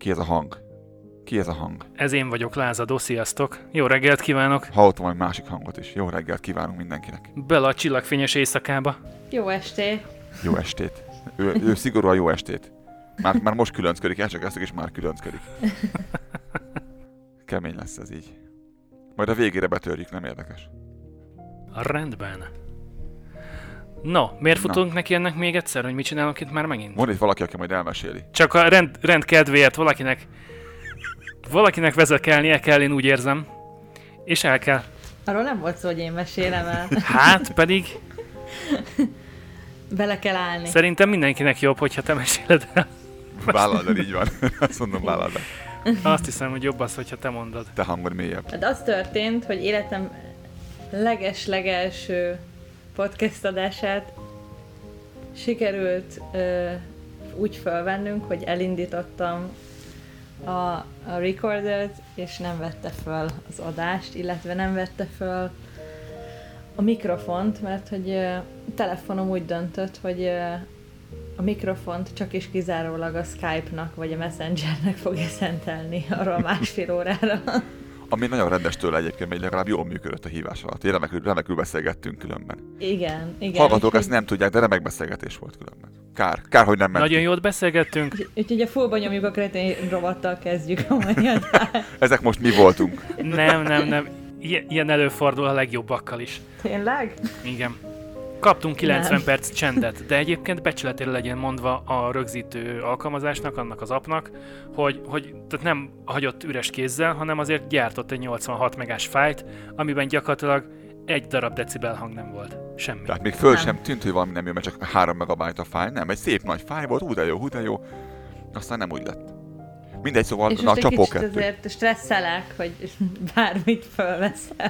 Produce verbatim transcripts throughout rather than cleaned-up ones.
Ki ez a hang? Ki ez a hang? Ez én vagyok, Lázadó, sziasztok! Jó reggelt kívánok! Hallottam egy másik hangot is. Jó reggelt kívánunk mindenkinek. Bele a csillagfényes éjszakába. Jó estét! Jó estét. Ő, ő szigorúan jó estét. Már, már most különcködik, el csak kezdtük, és már különcködik. Kemény lesz ez így. Majd a végére betörjük, nem érdekes. Rendben. No, miért futunk Na. neki ennek még egyszer, hogy mit csinálunk itt már megint? Van itt valaki, aki majd elmeséli. Csak a rend, rend kedvéért valakinek valakinek vezekelnie kell, én úgy érzem. És el kell. Arról nem volt szó, hogy én mesélem el. Hát pedig Bele kell állni. szerintem mindenkinek jobb, hogyha te meséled el. Vállald el, így van. Azt mondom, vállald el. Azt hiszem, hogy jobb az, hogyha te mondod. Te hangod mélyebb. Hát az történt, hogy életem leges-legelső podcast adását sikerült ö, úgy felvennünk, hogy elindítottam a, a recordert, és nem vette fel az adást, illetve nem vette fel a mikrofont, mert hogy ö, a telefonom úgy döntött, hogy ö, a mikrofont csak és kizárólag a Skype-nak vagy a Messengernek fogja szentelni arra a másfél órára. Ami nagyon rendes tőle egyébként, mert legalább jól működött a hívás alatt. Remekül, remekül beszélgettünk különben. Igen, igen. Hallgatók ezt úgyhogy- nem tudják, de remek beszélgetés volt különben. Kár, kár, hogy nem ment. Nagyon jót beszélgettünk. Úgyhogy a fullba nyomjuk a kretén rovattal kezdjük a mai adást. Ezek most mi voltunk. Nem, nem, nem. Ilyen, ilyen előfordul a legjobbakkal is. Tényleg? Igen. Kaptunk kilencven Nem. perc csendet, de egyébként becsületére legyen mondva a rögzítő alkalmazásnak, annak az appnak, hogy, hogy tehát nem hagyott üres kézzel, hanem azért gyártott egy nyolcvanhat megás fájlt, amiben gyakorlatilag egy darab decibel hang nem volt. Semmi. Tehát még föl Nem. sem tűnt, hogy valami nem jó, mert csak három megabyte a fájl. Nem, egy szép nagy fájl volt, hú de jó, hú de jó. Aztán nem úgy lett. Mindegy, szóval És na, a most egy csapó kicsit kettő. azért stresszelek, hogy bármit fölveszel.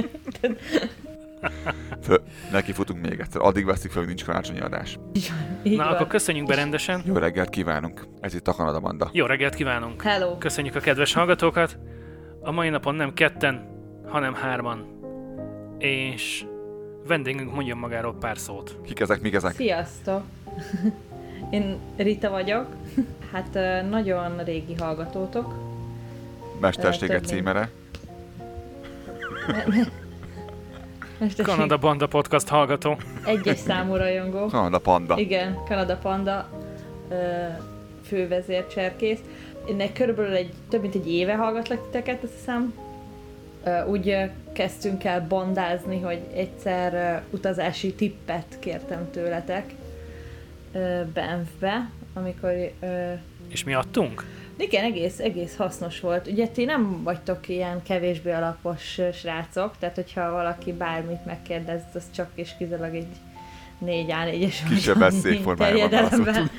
Föl, neki futunk még egyszer. Addig veszik fel, hogy nincs karácsonyi adás. Így Na, van. akkor köszönjük be rendesen. Jó reggelt kívánunk. Ez itt a Kanada Banda. Jó reggelt kívánunk. Hello! Köszönjük a kedves hallgatókat. A mai napon nem ketten, hanem hárman. És vendégünk mondjon magáról pár szót. Kik ezek, mik ezek? Sziasztok! Én Rita vagyok. Hát ö, nagyon régi hallgatótok. Mesterséget több mint- címere. Mesterség Kanada Banda Podcast hallgató. egyes számú rajongó. Kanada Panda. Igen, Kanada Panda ö, fővezércserkész. Én körülbelül egy, több mint egy éve hallgatlak titeket, azt hiszem. Ö, úgy ö, kezdtünk el bandázni, hogy egyszer ö, utazási tippet kértem tőletek ö, Banffbe, amikor ö, És mi adtunk? igen, egész, egész hasznos volt. Ugye ti nem vagytok ilyen kevésbé alapos ö, srácok, tehát hogyha valaki bármit megkérdez, az csak és kizárólag egy négy á négyes Kisebb veszély formájában válaszoltunk.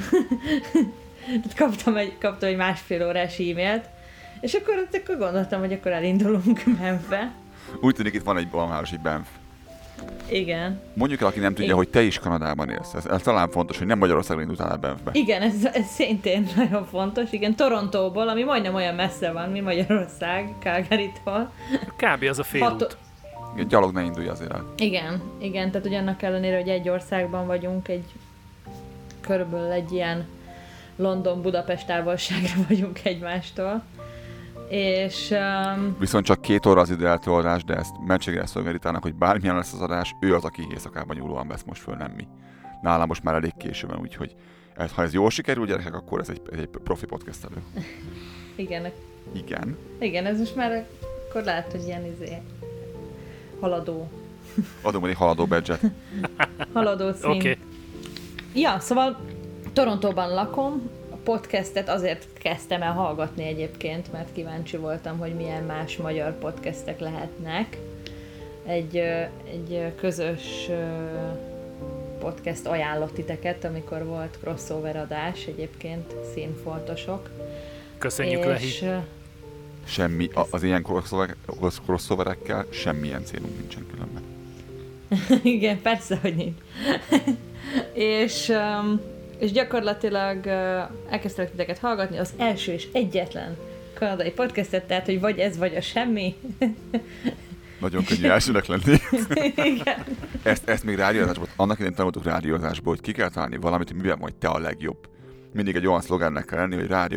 kaptam egy, kaptam egy másfél órás e-mailt, és akkor, akkor gondoltam, hogy akkor elindulunk Banffbe. Úgy tűnik, itt van egy balmárosi Banff. Igen. Mondjuk el, aki nem tudja, Igen. hogy te is Kanadában élsz. Ez, ez talán fontos, hogy nem Magyarországon indultál el Banffbe. Igen, ez, ez szintén nagyon fontos. Igen, Torontóból, ami majdnem olyan messze van, mi Magyarország, Calgary-tól. Kb. Az a fél Hat- út. Igen, gyalog ne indulj azért el. Igen, igen, tehát hogy annak ellenére, hogy egy országban vagyunk, egy körülbelül egy ilyen London-Budapest távolságra vagyunk egymástól. És um, Viszont csak két óra az időeltolódás, de ezt mentségre szolgárítanak, hogy bármilyen lesz az adás, ő az, aki éjszakában nyúlóan vesz most föl, nem mi. Nálam most már elég késő van, úgyhogy ez, ha ez jól sikerül, gyerekek, akkor ez egy, ez egy profi podcastelő. igen, Igen. igen, ez most már akkor lehet, hogy ilyen izé, haladó, Adom egy haladó badge-et. haladó szint. Oké. Okay. Ja, szóval Torontóban lakom, a podcastet azért kezdtem el hallgatni egyébként, mert kíváncsi voltam, hogy milyen más magyar podcastek lehetnek. Egy, ö, egy ö, közös ö, podcast ajánlott titeket, amikor volt crossover adás, egyébként színfoltosok. Köszönjük, Lehi. És ö, Semmi, a- az ilyen crossover- crossoverekkel semmilyen célunk nincsen különben. igen, persze, hogy nincs. és, um, és gyakorlatilag uh, elkezdtek titeket hallgatni, az első és egyetlen kanadai podcastet, tehát, hogy vagy ez, vagy a semmi. Nagyon könnyű elsőnek lenni. Igen. Ezt, ezt még rádiózásból, annak idején tanultuk rádiózásból, hogy ki kell találni valamit, hogy miben vagy te a legjobb. Mindig egy olyan szlogennek kell lenni, hogy rádió egy,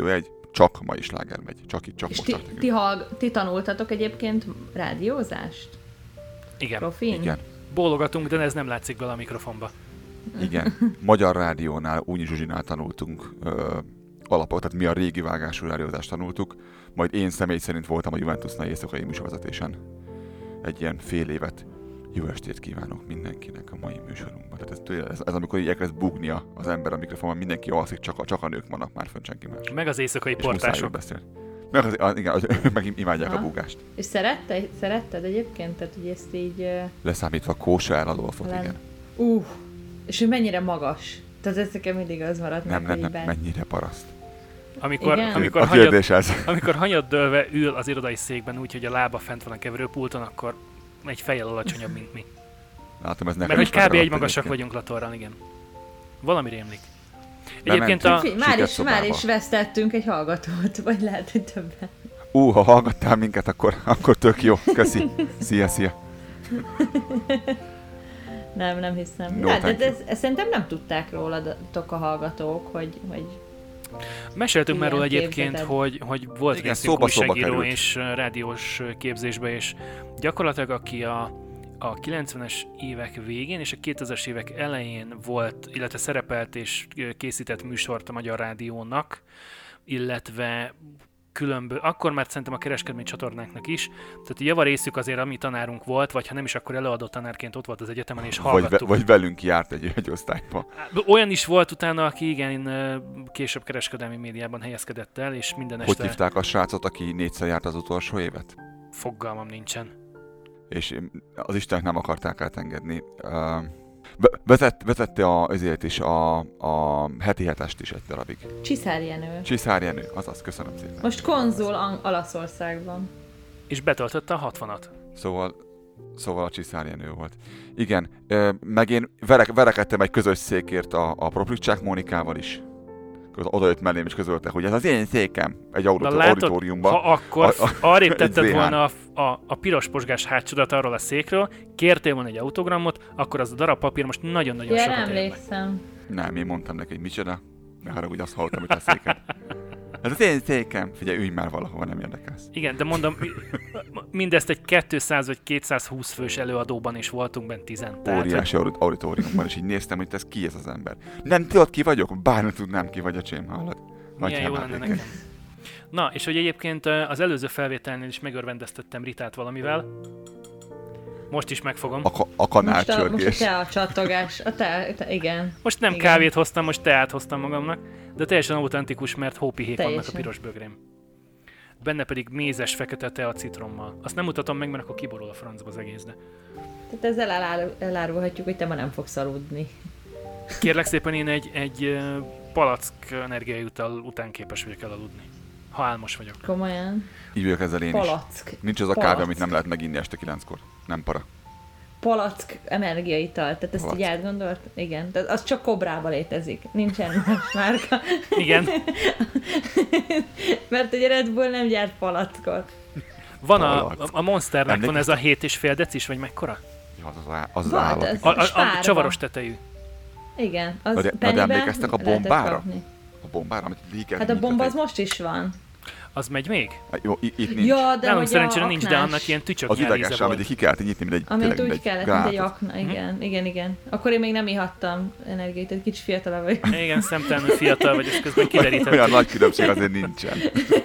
csak mai sláger megy. Csak itt, csak És most ti, tartunk. ti, hallg- ti tanultatok egyébként rádiózást? Igen. Profin? Igen. Bólogatunk, de ez nem látszik bele a mikrofonba. Igen. Magyar rádiónál, Újnyi Zsuzsinál tanultunk ö, alapot, tehát mi a régi vágású rádiózást tanultuk, majd én személy szerint voltam a Juventusnál éjszakai műsorvezetésen. Egy ilyen fél évet. Jó estét kívánok mindenkinek a mai műsorunkban. Tehát ez, ez, ez amikor így elkezd bugnia az ember a mikrofonban, mindenki alszik, csak a, csak a nők vannak már fönn, senki más. Meg az éjszakai És muszáj portások. beszélni. Meg az, az, igen, az, ők meg imádják Aha. a bugást. És szerette, szeretted egyébként? Tehát, hogy ezt így... Uh, Leszámítva a Kósa eladolfot, Len... igen. Uh, és hogy mennyire magas. Tehát ez nekem mindig az maradt Nem, meg, nem, hogy nem, bár... mennyire paraszt. Amikor, Igen? amikor, A hanyad, kérdés ez. amikor hanyaddölve ül az irodai székben úgy, hogy a lába fent van a keverőpulton, akkor egy fejjel alacsonyabb, mint mi. Látom, ez nekem Mert is hogy kb. megmaradt egy magasak egyébként. vagyunk Latorral, igen. Valami rémlik. Egyébként a... Bementünk. Figyelj, már is, Sikerszobába. már is vesztettünk egy hallgatót, vagy lehet, hogy többen. Ú, ha hallgattál minket, akkor, akkor tök jó. Köszi. Szia, szia. Nem, nem hiszem. No, No, de thank de ez, ezt szerintem nem tudták rólatok a hallgatók, hogy, hogy Meséltünk már róla Igen, egyébként, képzeted. hogy, hogy volt Igen, részünk szóba-szóba újságíró került. és uh, rádiós uh, képzésbe, és gyakorlatilag aki a, a kilencvenes évek végén és a kétezres évek elején volt, illetve szerepelt és uh, készített műsort a Magyar Rádiónak, illetve különböző, akkor már szerintem a kereskedelmi csatornáknak is, tehát java részük azért, ami tanárunk volt, vagy ha nem is, akkor előadó tanárként ott volt az egyetemen, és Vagy, ve, hallgattuk. vagy velünk járt egy, egy osztályba. Olyan is volt utána, aki igen, ö, később kereskedelmi médiában helyezkedett el, és minden Hogy este hívták a srácot, aki négyszer járt az utolsó évet? fogalmam nincsen. És az Istenek nem akarták átengedni. Uh, vezet, vezette a, azért is a, a heti hetest is egy darabig. Csiszár Jenő. Csiszár Jenő, azaz, köszönöm szépen. Most konzul Ang- Olaszországban. És betöltötte a hatvanat. Szóval, szóval a Csiszár Jenő volt. Igen, ö, meg én verek, verekedtem egy közös székért a, a Proplicsák Mónikával is. Oda jött mellém és közölte, hogy ez az én székem egy audit- auditoriumban. ha akkor A- a- arrébb egy tetted vé há. volna a, a, a piros posgás hátsódat arról a székről, kértél volna egy autogramot, akkor az a darab papír most nagyon-nagyon Ja, sokat érne. emlékszem. Nem, én mondtam neki, hogy micsoda. Ne haragudj, azt hallottam, hogy a székem. Ez az én székem. Figyelj, ülj már valahova, nem érdekelsz. Igen, de mondom, mindezt egy kétszáz vagy kétszázhúsz fős előadóban is voltunk bent tizen. Tehát, Óriási audit- auditoriumban, és így néztem, hogy ez ki ez az ember. Nem tudod, ki vagyok? Bár nem tudnám, ki vagy a csém, hallod? milyen jó lenne Nagyjából. nekem. Na, és hogy egyébként az előző felvételnél is megörvendeztettem Ritát valamivel. Most is megfogom. A, ka- a Most a, most a kanálcsörgés. te a csattogás. A te, te, igen. Most nem Igen. kávét hoztam, most teát hoztam magamnak, de teljesen autentikus, mert hópihék vannak a Teljesen. piros bögrém. Benne pedig mézes fekete tea citrommal. Azt nem mutatom meg, mert akkor kiborul a francba az egész, de... Tehát ezzel elárul, elárulhatjuk, hogy te ma nem fogsz aludni. Kérlek szépen, én egy, egy ö, palack energiaital után képes vagyok elaludni. Ha álmos vagyok. Komolyan. Így vagyok ezzel én is. Palack. Nincs az a kávé, Palack. amit nem lehet meginni este kilenckor. Nem para. Palack energiaital. Tehát ezt Palack. így átgondolt? Igen. Tehát az csak Kobrába létezik. Nincsen más márka. Igen. Mert ugye Red Bull nem gyárt palackot. Van a, Palack. a Monsternek van Emlékeztek? ez a hét és fél decis, vagy mekkora? Ja, az az, á- az, az Van, állat. ez- A, a, a Spárba. csavaros tetejű. Igen. Az Na de- na de pennyben emlékeztek a lehetett bombára? kapni. A bombára, amit líket. Hát a bomba az most is van. Az megy még? Jó, i- itt nincs. Ja, de Nálunk hogy szerencsére a nincs, de aknás, annak ilyen Az tücsöknyel ideges, íze amit volt. ki kellett nyitni, mint egy, Amit tényleg, úgy mint kellett, mint egy gránátot. akna. Igen, igen, igen. Akkor én még nem ihattam energiát, egy kicsit fiatalabb vagyok. Igen, szemtelenül fiatal vagy, ezt közben Olyan kiderített. nagy különbség azért nincsen.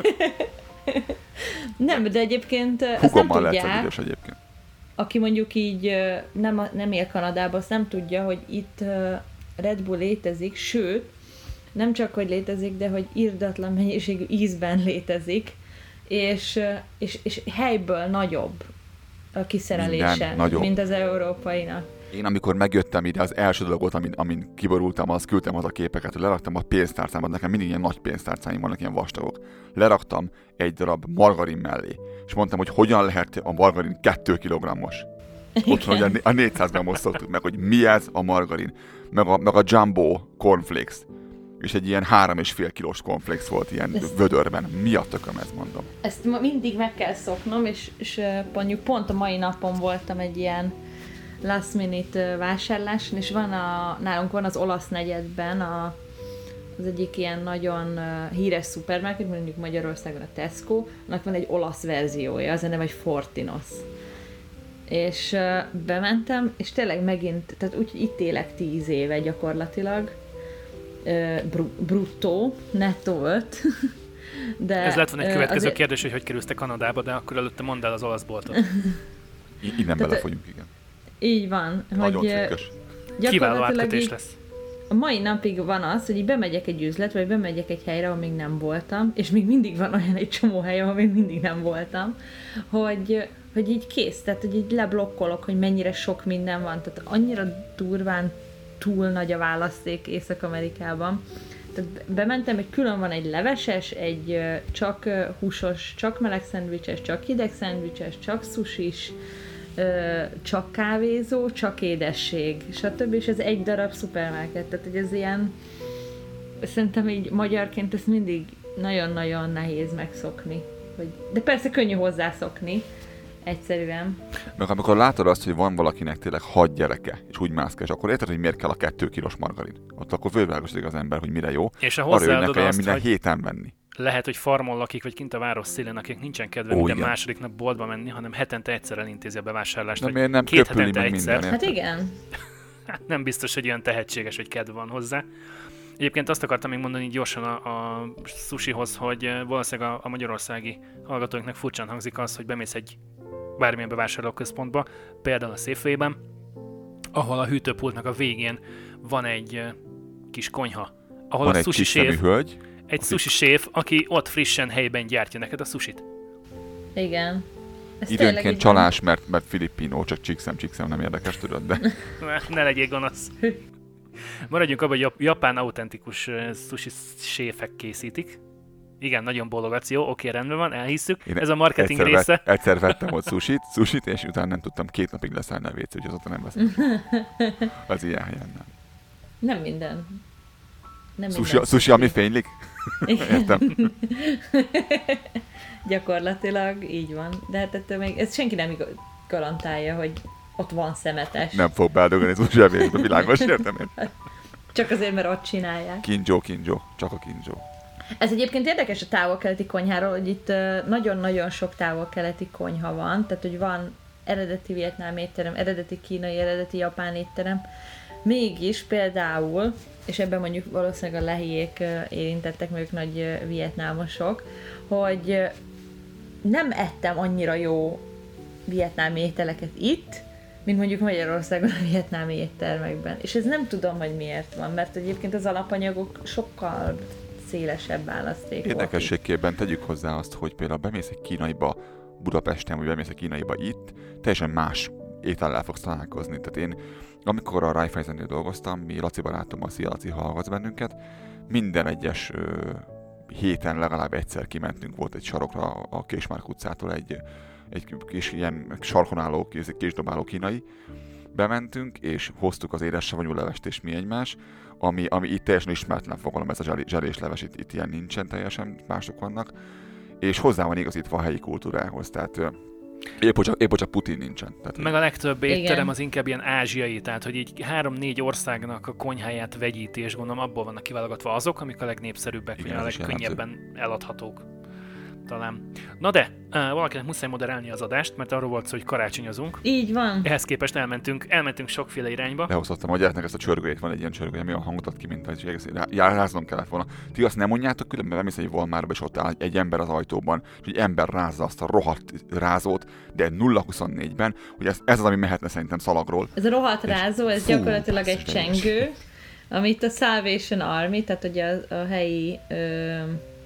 Nem, de egyébként ezt nem Hugommal lehet tudják, idős egyébként. aki mondjuk így ö, nem, a- nem él Kanadában, azt nem tudja, hogy itt ö, Red Bull létezik, sőt, nem csak, hogy létezik, de hogy irdatlan mennyiségű ízben létezik, és, ö, és, és helyből nagyobb a kiszerelése, Minden nagyobb. mint az európainak. Én amikor megjöttem ide, az első dolog volt, amin, amin kiborultam, az küldtem az a képeket, hogy leraktam a pénztárcámat, nekem mindig ilyen nagy pénztárcáim vannak, ilyen vastagok. Leraktam egy darab margarin mellé, és mondtam, hogy hogyan lehet a margarin kettő kilogrammos. Otthon, hogy a négyszáz grammos szoktuk meg, hogy mi ez a margarin, meg a, meg a Jumbo cornflakes, és egy ilyen három és fél kilós cornflakes volt ilyen Ezt- vödörben. Mi a tököm ez, mondom. Ezt ma mindig meg kell szoknom, és, és ö, mondjuk pont a mai napon voltam egy ilyen last minute ö, vásárláson, és van a, nálunk van az olasz negyedben a, az egyik ilyen nagyon uh, híres szupermarket, mondjuk Magyarországon a Tesco, annak van egy olasz verziója, az a neve, hogy Fortinos. És uh, bementem, és tényleg megint, tehát úgy, hogy itt élek tíz éve gyakorlatilag, uh, br- bruttó, nettó öt. De, ez lett volna egy következő azért... kérdés, hogy hogy kerülsz te Kanadába, de akkor előtte mondd el az olasz boltot. I- innen belefogyunk, igen. Így van. Nagyon hogy trükkös. Kiváló átkötés lesz. A mai napig van az, hogy így bemegyek egy üzlet, vagy bemegyek egy helyre, ahol még nem voltam, és még mindig van olyan egy csomó hely, ahol még mindig nem voltam, hogy, hogy így kész, tehát hogy így leblokkolok, hogy mennyire sok minden van, tehát annyira durván túl nagy a választék Észak-Amerikában. Tehát bementem, egy külön van egy leveses, egy csak húsos, csak meleg szendvicses, csak hideg szendvicses, csak sushis, csak kávézó, csak édesség, stb. És ez egy darab szupermarket, tehát hogy ez ilyen, szerintem így magyarként ezt mindig nagyon-nagyon nehéz megszokni. Hogy, de persze könnyű hozzászokni, egyszerűen. Meg amikor látod azt, hogy van valakinek tényleg hat gyereke, és úgy mászkál, akkor érted, hogy miért kell a kettő kilós margarin. Ott akkor fölvilágosodik az ember, hogy mire jó. És ha arra, hogy ne hozzáadod kelljen azt, minden hogy héten venni. lehet, hogy farmon lakik, vagy kint a város szélén, akik nincsen kedve Ó, minden igen. második nap boltba menni, hanem hetente egyszer elintézi a bevásárlást, De vagy miért nem két köpüli hetente meg egyszer. minden, Hát érted? igen. Hát nem biztos, hogy olyan tehetséges, vagy kedve van hozzá. Egyébként azt akartam még mondani gyorsan a, a sushihoz, hogy valószínűleg a, a magyarországi hallgatóinknak furcsán hangzik az, hogy bemész egy bármilyen bevásárlóközpontba, például a Safeway-ben, ahol a hűtőpultnak a végén van egy uh, kis konyha, ahol Van a egy sushi kiszemű séf, hölgy, egy aki- sushi séf, aki ott frissen helyben gyártja neked a sushit. Igen. Ez tényleg időnként így csalás, mert, mert filippino, csak csíkszem, csíkszem, nem érdekes, tudod, de Ne, ne legyél gonosz. Maradjunk abban, hogy jap- japán autentikus uh, sushi séfek készítik. Igen, nagyon bólogatsz, jó, oké, rendben van, elhisszük. Én Ez a marketing egyszer, része. Vett, egyszer vettem ott sushit, sushit, és utána nem tudtam két napig leszállni a vécé, úgyhogy azóta nem veszem. Az ilyen helyen nem. Nem minden. Nem Sushi, minden sushi, ami fénylik? Igen. Értem. Gyakorlatilag így van. De hát ettől még, ez senki nem igaz- garantálja, hogy ott van szemetes. Nem fog beáldogani sushi evésbe, világos, értem én. Csak azért, mert ott csinálják. Kinjo, kinjo, csak a kinjo. Ez egyébként érdekes a távol-keleti konyháról, hogy itt ö, nagyon-nagyon sok távol-keleti konyha van, tehát hogy van eredeti vietnám étterem, eredeti kínai, eredeti japán étterem. Mégis például, és ebben mondjuk valószínűleg a lehiék ö, érintettek, meg ők nagy ö, vietnámosok, hogy ö, nem ettem annyira jó vietnámi ételeket itt, mint mondjuk Magyarországon a vietnámi éttermekben. És ez nem tudom, hogy miért van, mert egyébként az alapanyagok sokkal szélesebb választék. Érdekességképpen tegyük hozzá azt, hogy például bemész egy kínaiba Budapesten, vagy bemész egy kínaiba itt, teljesen más étellel fogsz találkozni. Tehát én, amikor a Raiffeisennél dolgoztam, mi Laci barátommal, szia Laci, hallgatsz bennünket, minden egyes ö, héten legalább egyszer kimentünk, volt egy sarokra a Késmárk utcától egy, egy kis ilyen sarkon álló, késdobáló kínai, bementünk, és hoztuk az édes savanyú levest és mi egymás, ami, ami itt teljesen ismeretlen fogalom, ez a zseli, zselés leves, itt, itt ilyen nincsen teljesen, mások vannak, és hozzá van igazítva a helyi kultúrához, tehát ö, épp hogy csak, épp hogy csak Putin nincsen. Tehát, Meg a legtöbb Igen. étterem az inkább ilyen ázsiai, tehát hogy így három-négy országnak a konyháját vegyíti, és gondolom abból vannak kiválogatva azok, amik a legnépszerűbbek, Igen, vagy a ez is legkönnyebben eladhatók. Talán. Na de, uh, valakinek muszáj moderálni az adást, mert arról volt szó, hogy karácsonyozunk. Így van. Ehhez képest elmentünk, elmentünk sokféle irányba. Lehozhattam a gyereknek ezt a csörgőjét, van egy ilyen csörgő, ami olyan hangot ad ki, mint hogy egész ráznom kellett volna. Ti azt nem mondjátok, különben bemész egy Walmartba, és ott áll egy ember az ajtóban, és egy ember rázza azt a rohadt rázót, de nulla huszonnégyben, hogy ez, ez az, ami mehetne szerintem szalagról. Ez a rohadt rázó, ez Fú, gyakorlatilag egy basszus, erős. csengő, amit a Salvation Army, tehát ugye a, a helyi... Ö,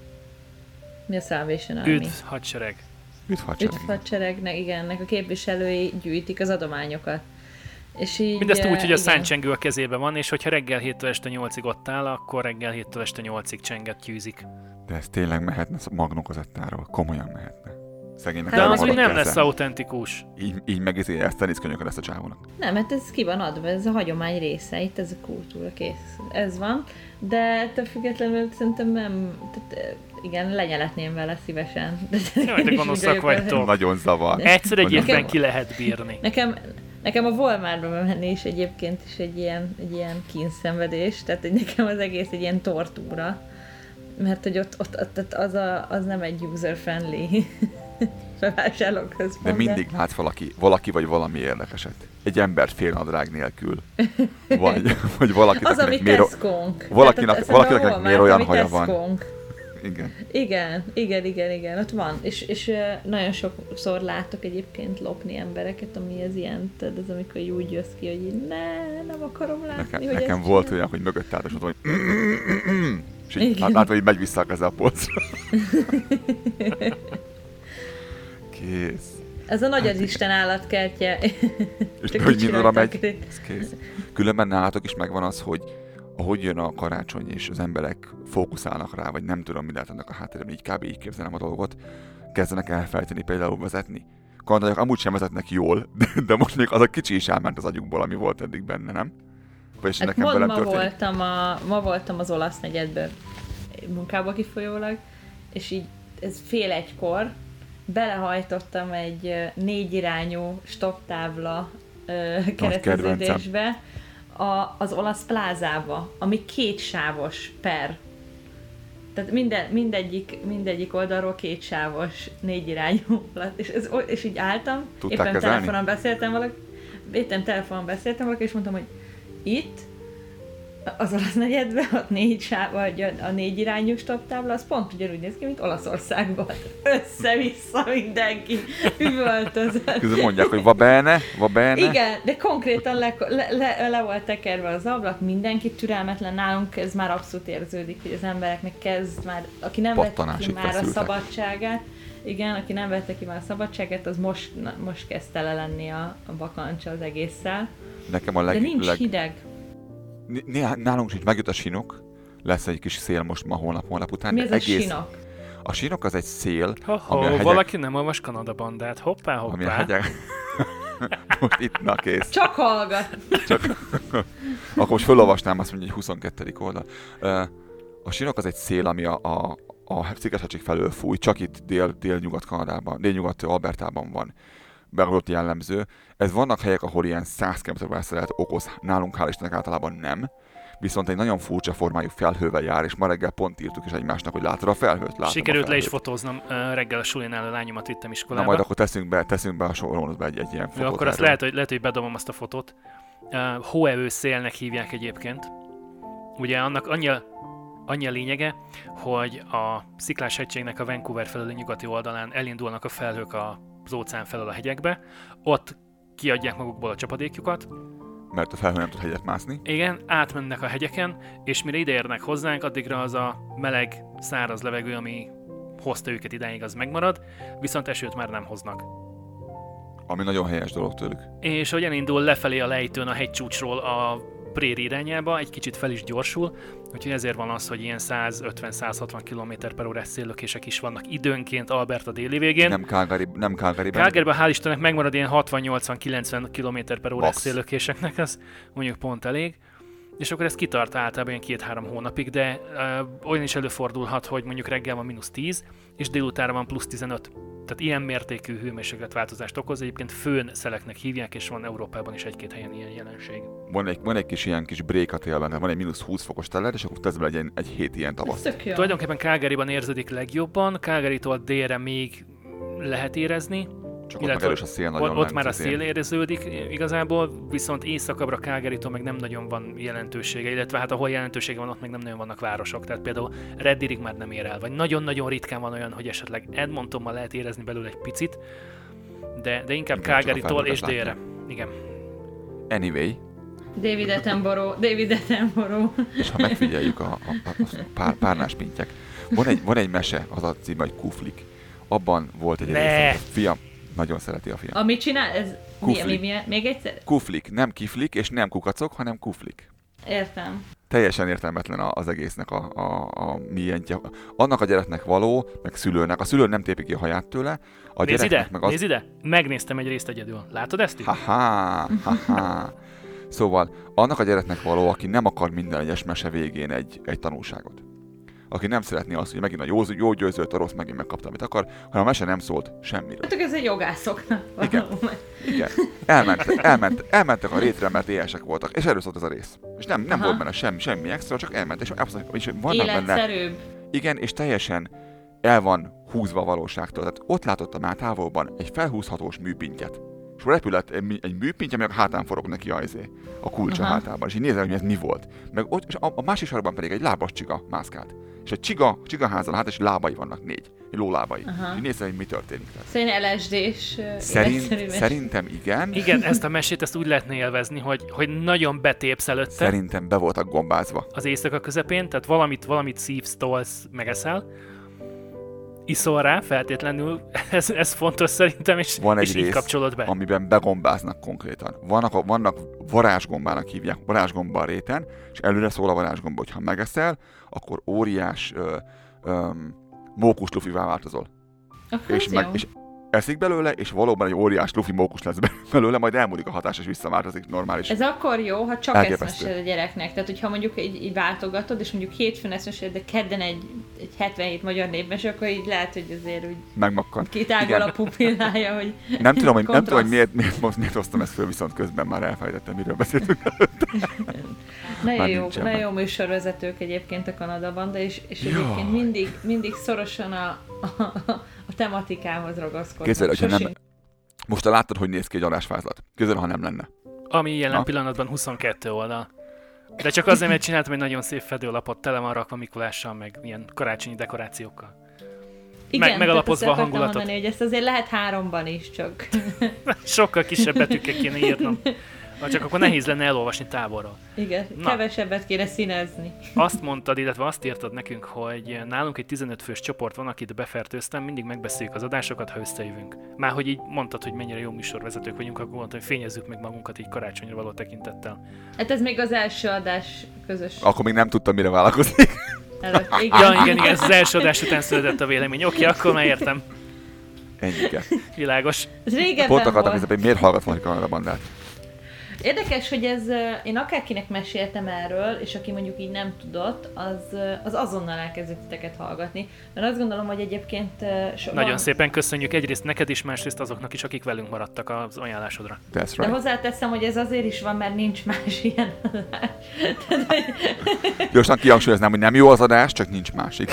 mi a Salvation Army? Üdv, hadsereg. Üdv hadsereg. Üdv hadseregnek, igen, ennek a képviselői gyűjtik az adományokat. És így, Mindezt úgy, hogy a igen. száncsengő a kezében van, és hogyha reggel héttől este nyolcig ott áll, akkor reggel héttől este nyolcig csenget gyűzik. De ez tényleg mehetne magnókazettáról, komolyan mehetne. Szegénynek De Hát, az az úgy nem keze. lesz autentikus. Így, így megizé, ezt teniszkönyököd ezt a csávónak. Nem, mert ez ki van adva, ez a hagyomány része, itt ez a kultúra, kész. Ez van, de ettől függetlenül szerintem nem, tehát igen, lenyeletném vele szívesen. De Jaj, de én is gonoszak úgy vagyok vele, vagytok. Nagyon zavar. Egyszer egy Nagyon évben zavar. ki lehet bírni. Nekem, Nekem a Walmartba menni is egyébként is egy ilyen, egy ilyen kínszenvedés, tehát hogy nekem az egész egy ilyen tortúra, mert hogy ott, ott, ott az, a, az nem egy user-friendly bevásárlóközpont. De mindig látsz valaki, valaki vagy valami érdekeset. Egy embert félnadrág nélkül. Vagy, vagy valakinek, az, ami miért, Tesco-nk. valakinek, valakinek miért olyan haja van. Igen. Igen, igen, igen, igen, ott van. És, és nagyon sokszor látok egyébként lopni embereket, ami az ilyen, tehát az, amikor úgy jössz ki, hogy így, ne, nem akarom látni, nekem, hogy nekem ezt volt csinál. olyan, hogy mögött állt, és mondtam, hogy és így látva, hogy megy vissza a keze a polcra. Kész. Ez a nagy az Isten állatkertje. És hogy mindorra megy, ez kész. Különben nálatok is megvan az, hogy ahogy jön a karácsony, és az emberek fókuszálnak rá, vagy nem tudom, mi lehet ennek a háttérben, így kb. Így képzelem a dolgot, kezdenek elfelejteni például vezetni. Kanadaiak amúgy sem vezetnek jól, de, de most még az a kicsi is elment az agyukból, ami volt eddig benne, nem? Vagyis hát nekem mond, velem ma, történik? voltam a, ma voltam az olasz negyedből munkába kifolyólag, és így ez fél egykor belehajtottam egy négy irányú stoptábla kereszteződésbe a, az olasz plázába, ami kétsávos per. Tehát minden, mindegyik, mindegyik oldalról kétsávos, négy irányú, és, ez, és így álltam, Tudták éppen kezelni? telefonon beszéltem valaki, éppen telefonon beszéltem valaki, és mondtam, hogy itt, az olasz negyedben, ott négy sáv, vagy a, a négy irányú stoptábla, az pont ugyanúgy néz ki, mint Olaszországban. Össze-vissza mindenki üvöltözött. Közben mondják, hogy va bene, va bene. Igen, de konkrétan le, le, le, le volt tekerve az ablak, mindenki türelmetlen, nálunk ez már abszolút érződik, hogy az embereknek kezd már, aki nem vette ki már a szabadságát, igen, aki nem vette ki már a szabadságát, az most, na, most kezd tele lenni a, a bakancsa az egésszel. Nekem a leg, de nincs leg... hideg. Nálunk is megjött a sinok, lesz egy kis szél most ma holnap, holnap után. Mi ez egész... a sinok? A sinok az egy szél, Ho-ho, ami a hegyek... valaki nem olvas Kanada bandát, hoppá, hoppá. Ami a hegyek... most itt, na kész. Csak hallgat. Csak... Akkor most felolvasnám, azt mondja, hogy huszonkettő oldal. A sinok az egy szél, ami a, a, a Sziget-hegység felől fúj, csak itt dél, dél-nyugat-Kanadában, dél-nyugat Albertában van beadott jellemző. Ez vannak helyek, ahol ilyen száz kilométer lehet okoz, nálunk hál' Istennek általában nem. Viszont egy nagyon furcsa formájú felhővel jár, és ma reggel pont írtuk is egymásnak, hogy látod a felhőt? Látom Sikerült a le is felhőt. fotóznom, reggel a sulinál a lányomat vittem iskolába. Na majd akkor teszünk be, teszünk be a sorolónodba egy, egy ilyen fotót. Jó, akkor azt lehet hogy, lehet, hogy bedobom azt a fotót. Uh, hóevő szélnek hívják egyébként. Ugye annak annyi a, annyi a lényege, hogy a Sziklás hegységnek a Vancouver felüli nyugati oldalán elindulnak a felhők az óceán felől a hegyekbe, ott kiadják magukból a csapadékjukat, mert a felhő nem tud hegyet mászni. igen, átmennek a hegyeken, és mire ideérnek hozzánk, addigra az a meleg, száraz levegő, ami hozta őket idáig, az megmarad, viszont esőt már nem hoznak. Ami nagyon helyes dolog tőlük. És ahogy elindul lefelé a lejtőn a hegycsúcsról a préri irányába, egy kicsit fel is gyorsul, úgyhogy ezért van az, hogy ilyen száz ötven-száz hatvan kilométer per órás széllökések is vannak időnként Alberta déli végén. Nem Calgary, nem Calgaryben. Calgaryben hál' Istennek megmarad ilyen hatvan-nyolcvan-kilencven kilométer per órás Max. széllökéseknek, ez mondjuk pont elég. És akkor ez kitart általában ilyen két-három hónapig, de uh, olyan is előfordulhat, hogy mondjuk reggel van mínusz tíz, és délutánra van plusz tizenöt. Tehát ilyen mértékű hőmérsékletváltozást okoz, egyébként főn szeleknek hívják, és van Európában is egy-két helyen ilyen jelenség. Van egy, van egy kis ilyen kis break a télben, tehát van egy mínusz húsz fokos telet, és akkor tesz bele egy, egy hét ilyen Ez tavasz. tök jó. Tulajdonképpen Calgaryban érződik legjobban, Calgarytól délre még lehet érezni, Csak ott meg erős a szél nagyon. ott, ott már a lent, szél érződik igazából, viszont északabbra Calgarytól meg nem nagyon van jelentősége, illetve hát ahol jelentősége van, ott meg nem nagyon vannak városok, tehát például Red Deerig már nem ér el, vagy nagyon-nagyon ritkán van olyan, hogy esetleg Edmontonban lehet érezni belőle egy picit, de, de inkább Inkább csak a Calgarytól és felhőket délre. Igen. Anyway, David Attenborough, David Attenborough. és ha megfigyeljük a, a, a, a pár, párnáspintyek, van egy, van egy mese, az a címe, hogy Kuflik. Abban volt egy Ne! része, a fiam nagyon szereti a fiam. Amit csinál, ez mi, Kuflik. mi, mi, még egyszer? Kuflik, nem kiflik, és nem kukacok, hanem kuflik. Értem. Teljesen értelmetlen a- az egésznek a, a, a mientje. Annak a gyereknek való, meg szülőnek. A szülő nem tépi ki a haját tőle. A Nézd ide, gyereknek meg az... nézd ide! Megnéztem egy részt egyedül. Látod ezt itt? Ha-ha, ha-ha. Szóval annak a gyereknek való, aki nem akar minden egyes mese végén egy, egy tanulságot. aki nem szeretné azt, hogy megint a jó, jó győzött, a rossz megint megkapta, amit akar, hanem a mese nem szólt semmiről. Hát ez egy jogászoknak. Igen. Igen. Elment, elment, elmentek a rétre, mert éhesek voltak, és erről szólt ez a rész. És nem, nem volt benne semmi, semmi extra, csak elment, és, és vannak benne... Igen, és teljesen el van húzva a valóságtól. Tehát ott látottam már távolban egy felhúzhatós műpintyet. És repület egy, egy műpintje, meg a hátán forog neki a, a kulcsa Aha. hátában. És így nézem, hogy ez mi volt. Meg ott, és a, a másik sarokban pedig egy lábas csiga mászkált. És egy csiga, csigaházal hát, és lábai vannak négy. Lólábai. Aha. És nézem, hogy mi történik. Szerintem el es dés. Szerint, szerintem igen. Igen, ezt a mesét ezt úgy lehetne élvezni, hogy, hogy nagyon betépsz előtte. Szerintem be voltak gombázva. Az éjszaka közepén, tehát valamit, valamit szívsz, tolsz, megeszel. Iszol rá, feltétlenül, ez, ez fontos szerintem, és, van egy és rész, így kapcsolod be. Amiben begombáznak konkrétan. Vannak, vannak varázsgombának hívják, varázsgomba a réten, és előre szól a varázsgomba, hogy ha megeszel, akkor óriás ö, ö, mókus lufivá változol. Akkor és, meg, és eszik belőle, és valóban egy óriás lufi mókus lesz belőle, majd elmúlik a hatás, és visszaváltozik normális. Ez akkor jó, ha csak ezt mesél a gyereknek. Tehát, hogyha mondjuk így, így váltogatod, és mondjuk hétfőn ezt mesél, de kedden egy, egy hetvenhét magyar népmese, akkor így lehet, hogy azért úgy megmakkan. Kitágol a pupillája, hogy nem tudom, hogy, nem tudom, hogy miért, miért, miért, miért hoztam ezt föl, viszont közben már elfelejtettem, miről beszéltünk előtte. Nagyon jó, nagyon jó műsorvezetők egyébként a Kanadában, de és, és egyébként mindig, mindig szorosan a, a, a tematikához ragaszkodnak. Képzeld, hogyha nem... Most te láttad, hogy néz ki egy adásvázlat. Képzeld, ha nem lenne. Ami jelen Na? pillanatban huszonkettő oldal. De csak azért, mert csináltam egy nagyon szép fedőlapot, tele van rakva Mikulással, meg ilyen karácsonyi dekorációkkal. Igen, meg, megalapozva a hangulatot. Mondani, hogy ezt azért lehet háromban is csak. Sokkal kisebb betűkkel kéne írnom. Csak akkor nehéz lenne elolvasni távolról. Igen, Na. kevesebbet kéne színezni. Azt mondtad, illetve azt írtad nekünk, hogy nálunk egy tizenöt fős csoport van, akit befertőztem, mindig megbeszéljük az adásokat, ha összejövünk. Már hogy így mondtad, hogy mennyire jó műsorvezetők vagyunk, akkor mondtam, hogy fényezzük meg magunkat így karácsonyra való tekintettel. Hát ez még az első adás közös. Akkor még nem tudtam, mire vállalkozni. Előtt, igen. Ja, igen, igen, ez az első adás után született a vélemény. Oké, akkor már értem. Ennyi. Világos. Ez régebben Pont akartam, hogy miért hallgat valaki a bandát. Érdekes, hogy ez, én akárkinek meséltem erről, és aki mondjuk így nem tudott, az, az azonnal elkezdett titeket hallgatni. Mert azt gondolom, hogy egyébként... So, Nagyon van... szépen köszönjük egyrészt neked is, másrészt azoknak is, akik velünk maradtak az ajánlásodra. Right. De hozzáteszem, hogy ez azért is van, mert nincs más ilyen adás. Gyorsan kihangsúlyoznám, hogy nem jó az adás, csak nincs másik.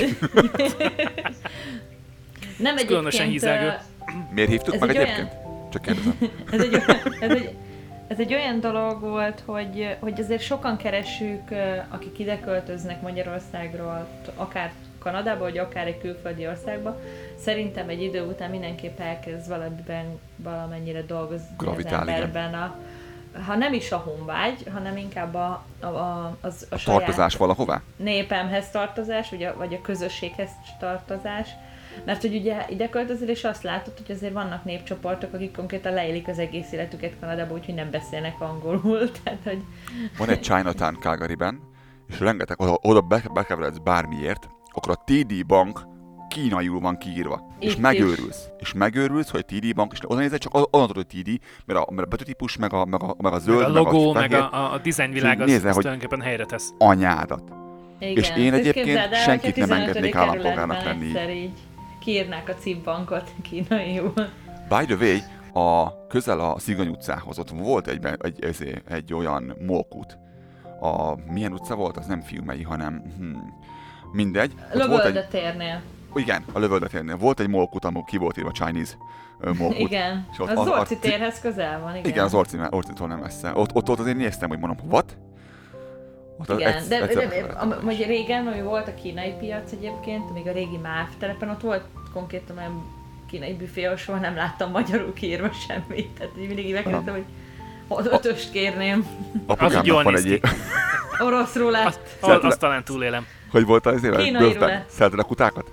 Nem egyébként... Különösen hízelgő. Miért hívtuk meg egyébként? Olyan... Csak kérdezem. ez egy ez egy... Ez egy olyan dolog volt, hogy, hogy azért sokan keresünk, akik ide költöznek Magyarországról, akár Kanadába, vagy akár egy külföldi országba. Szerintem egy idő után mindenképp elkezd valamiben, valamennyire dolgozni Gravitál, az emberben. A, ha nem is a honvágy, hanem inkább a, a, a, az, a, a tartozás valahová? Népemhez tartozás, vagy a, vagy a közösséghez tartozás. Mert hogy ugye ide költözöl, és azt látod, hogy azért vannak népcsoportok, akik konkrétan leélik az egész életüket Kanadába, úgyhogy nem beszélnek angolul. Tehát, hogy... Van egy Chinatown Calgaryben, és rengeteg, oda, oda bekeveredsz bármiért, akkor a té dé Bank kínaiul van kiírva. Itt és megőrülsz. Is. És megőrülsz, hogy té dé Bank, és oda nézed, csak onnan tudod, hogy té dé, mert a, mert a betűtípus, meg a, meg, a, meg a zöld, meg a logó, meg a, meg a, a dizájnvilág az, nézze, az hogy tulajdonképpen helyre tesz. Anyádat. Igen. És én egyébként el, senkit nem engednék állampolgárnak lenni. Így kiírnák a cipbankot kínaiul. By the way, a, közel a Szigany utcához ott volt egy, egy, egy, egy olyan molkút. A, milyen utca volt? Az nem Fiumei, hanem hmm, mindegy. Lövölde térnél. Igen, a Lövölde térnél. Volt egy molkút, ahol ki volt írva Chinese molkút. Igen, ott, az, az Orci térhez közel van. Igen, igen az Orci, Orcitól nem messze. Ott, ott, ott azért néztem, hogy mondom, what? Ott igen, egy, de, de, de vagy régen, ami volt a kínai piac egyébként, még a régi MÁV telepen, ott volt konkrétan olyan kínai büfé, ahol nem láttam magyarul kiírva semmit. Tehát így mindig megkérdeztem, hogy az ötöst kérném. Apukámnak van egy... Orosz rulett. Azt, azt talán túlélem. Hogy volt az éve? Kínai rulett. Szereted a kutákat?